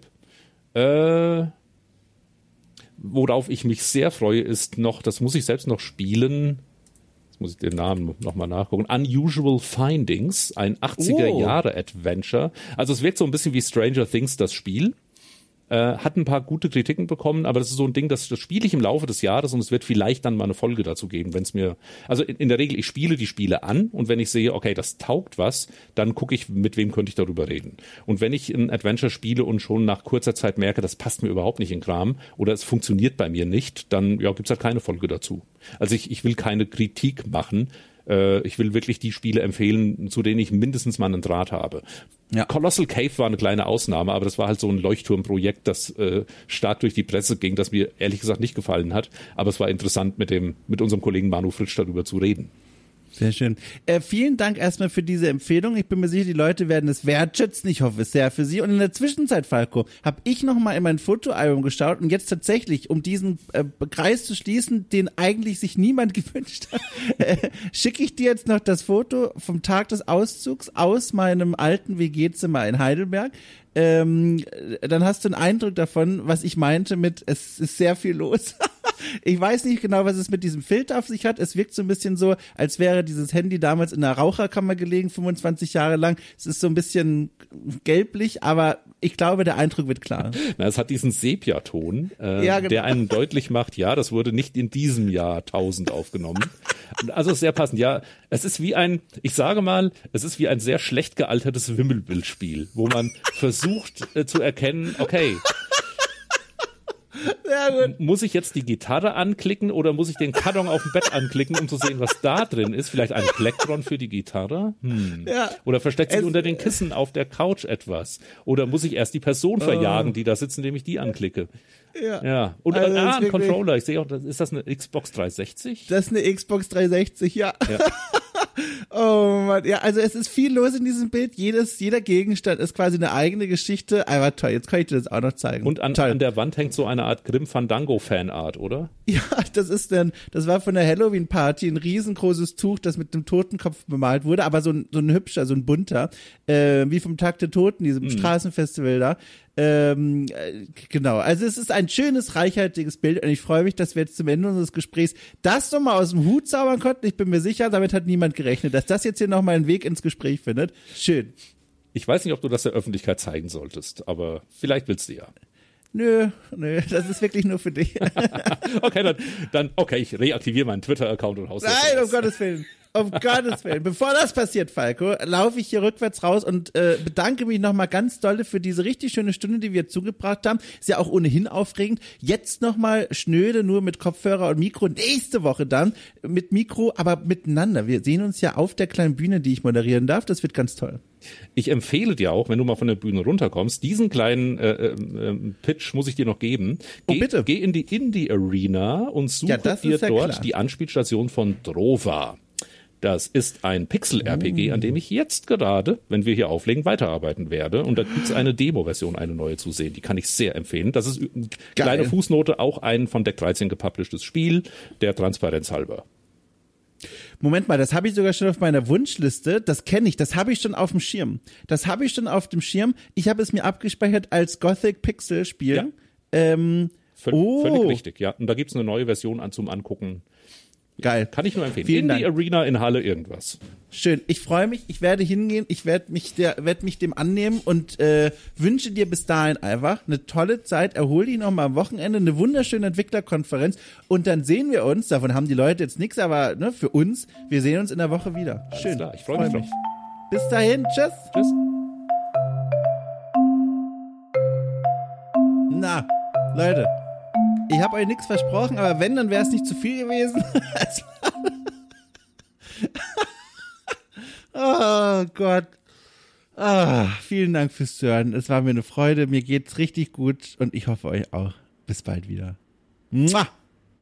Worauf ich mich sehr freue, ist noch, das muss ich selbst noch spielen, jetzt muss ich den Namen nochmal nachgucken, Unusual Findings, ein 80er-Jahre-Adventure. Also es wirkt so ein bisschen wie Stranger Things, das Spiel. Hat ein paar gute Kritiken bekommen, aber das ist so ein Ding, das spiele ich im Laufe des Jahres und es wird vielleicht dann mal eine Folge dazu geben, wenn es mir, also in der Regel, ich spiele die Spiele an und wenn ich sehe, okay, das taugt was, dann gucke ich, mit wem könnte ich darüber reden. Und wenn ich ein Adventure spiele und schon nach kurzer Zeit merke, das passt mir überhaupt nicht in Kram oder es funktioniert bei mir nicht, dann gibt's halt keine Folge dazu. Also ich will keine Kritik machen, ich will wirklich die Spiele empfehlen, zu denen ich mindestens mal einen Draht habe. Ja. Colossal Cave war eine kleine Ausnahme, aber das war halt so ein Leuchtturmprojekt, das stark durch die Presse ging, das mir ehrlich gesagt nicht gefallen hat. Aber es war interessant, mit unserem Kollegen Manu Fritsch darüber zu reden. Sehr schön. Vielen Dank erstmal für diese Empfehlung. Ich bin mir sicher, die Leute werden es wertschätzen. Ich hoffe es sehr für Sie. Und in der Zwischenzeit, Falco, habe ich nochmal in mein Fotoalbum geschaut und jetzt tatsächlich, um diesen Kreis zu schließen, den eigentlich sich niemand gewünscht hat, schicke ich dir jetzt noch das Foto vom Tag des Auszugs aus meinem alten WG-Zimmer in Heidelberg. Dann hast du einen Eindruck davon, was ich meinte mit, es ist sehr viel los. Ich weiß nicht genau, was es mit diesem Filter auf sich hat. Es wirkt so ein bisschen so, als wäre dieses Handy damals in einer Raucherkammer gelegen, 25 Jahre lang. Es ist so ein bisschen gelblich, aber ich glaube, der Eindruck wird klar. Na, es hat diesen Sepia-Ton, genau, der einem deutlich macht, ja, das wurde nicht in diesem Jahr 1000 aufgenommen. Also sehr passend, ja. Es ist wie ich sage mal, es ist wie ein sehr schlecht gealtertes Wimmelbildspiel, wo man versucht zu erkennen, okay, muss ich jetzt die Gitarre anklicken oder muss ich den Karton auf dem Bett anklicken, um zu sehen, was da drin ist? Vielleicht ein Plektron für die Gitarre? Ja. Oder versteckt sich unter den Kissen auf der Couch etwas? Oder muss ich erst die Person verjagen, die da sitzt, indem ich die anklicke? Ja. Und also ein Controller. Ich sehe auch, ist das eine Xbox 360? Das ist eine Xbox 360, ja. Oh Mann, ja, also es ist viel los in diesem Bild. Jeder Gegenstand ist quasi eine eigene Geschichte. Aber toll, jetzt kann ich dir das auch noch zeigen. Und an der Wand hängt so eine Art Grim Fandango Fanart, oder? Ja, das war von der Halloween Party ein riesengroßes Tuch, das mit einem Totenkopf bemalt wurde, aber so ein hübscher, so ein bunter, wie vom Tag der Toten, diesem Straßenfestival da. Genau, also es ist ein schönes, reichhaltiges Bild und ich freue mich, dass wir jetzt zum Ende unseres Gesprächs das nochmal aus dem Hut zaubern konnten. Ich bin mir sicher, damit hat niemand gerechnet, dass das jetzt hier nochmal einen Weg ins Gespräch findet. Schön. Ich weiß nicht, ob du das der Öffentlichkeit zeigen solltest, aber vielleicht willst du ja. Nö, das ist wirklich nur für dich. Okay, dann, ich reaktiviere meinen Twitter-Account und haus. Nein, um Gottes Willen. Um Gottes Willen. Bevor das passiert, Falco, laufe ich hier rückwärts raus und bedanke mich nochmal ganz dolle für diese richtig schöne Stunde, die wir zugebracht haben. Ist ja auch ohnehin aufregend. Jetzt nochmal schnöde, nur mit Kopfhörer und Mikro. Nächste Woche dann mit Mikro, aber miteinander. Wir sehen uns ja auf der kleinen Bühne, die ich moderieren darf. Das wird ganz toll. Ich empfehle dir auch, wenn du mal von der Bühne runterkommst, diesen kleinen Pitch muss ich dir noch geben. Bitte. Geh in die Indie Arena und suche dir dort klar. die Anspielstation von Drova. Das ist ein Pixel-RPG, an dem ich jetzt gerade, wenn wir hier auflegen, weiterarbeiten werde. Und da gibt's eine Demo-Version, eine neue zu sehen. Die kann ich sehr empfehlen. Das ist eine kleine Fußnote, auch ein von Deck 13 gepublishtes Spiel, der Transparenz halber. Moment mal, das habe ich sogar schon auf meiner Wunschliste. Das kenne ich, das habe ich schon auf dem Schirm. Ich habe es mir abgespeichert als Gothic Pixel-Spiel. Ja. Völlig richtig, ja. Und da gibt's eine neue Version zum Angucken. Geil. Kann ich nur empfehlen. Vielen Indie Dank. Arena in Halle irgendwas. Schön. Ich freue mich. Ich werde hingehen. Ich werde mich dem annehmen und wünsche dir bis dahin einfach eine tolle Zeit. Erhol dich noch mal am Wochenende. Eine wunderschöne Entwicklerkonferenz. Und dann sehen wir uns. Davon haben die Leute jetzt nichts, aber ne, für uns. Wir sehen uns in der Woche wieder. Schön. Alles klar. Ich freue mich drauf. Bis dahin. Tschüss. Tschüss. Na, Leute. Ich habe euch nichts versprochen, aber wenn, dann wäre es nicht zu viel gewesen. Oh Gott. Vielen Dank fürs Zuhören. Es war mir eine Freude. Mir geht's richtig gut und ich hoffe euch auch. Bis bald wieder. Mua!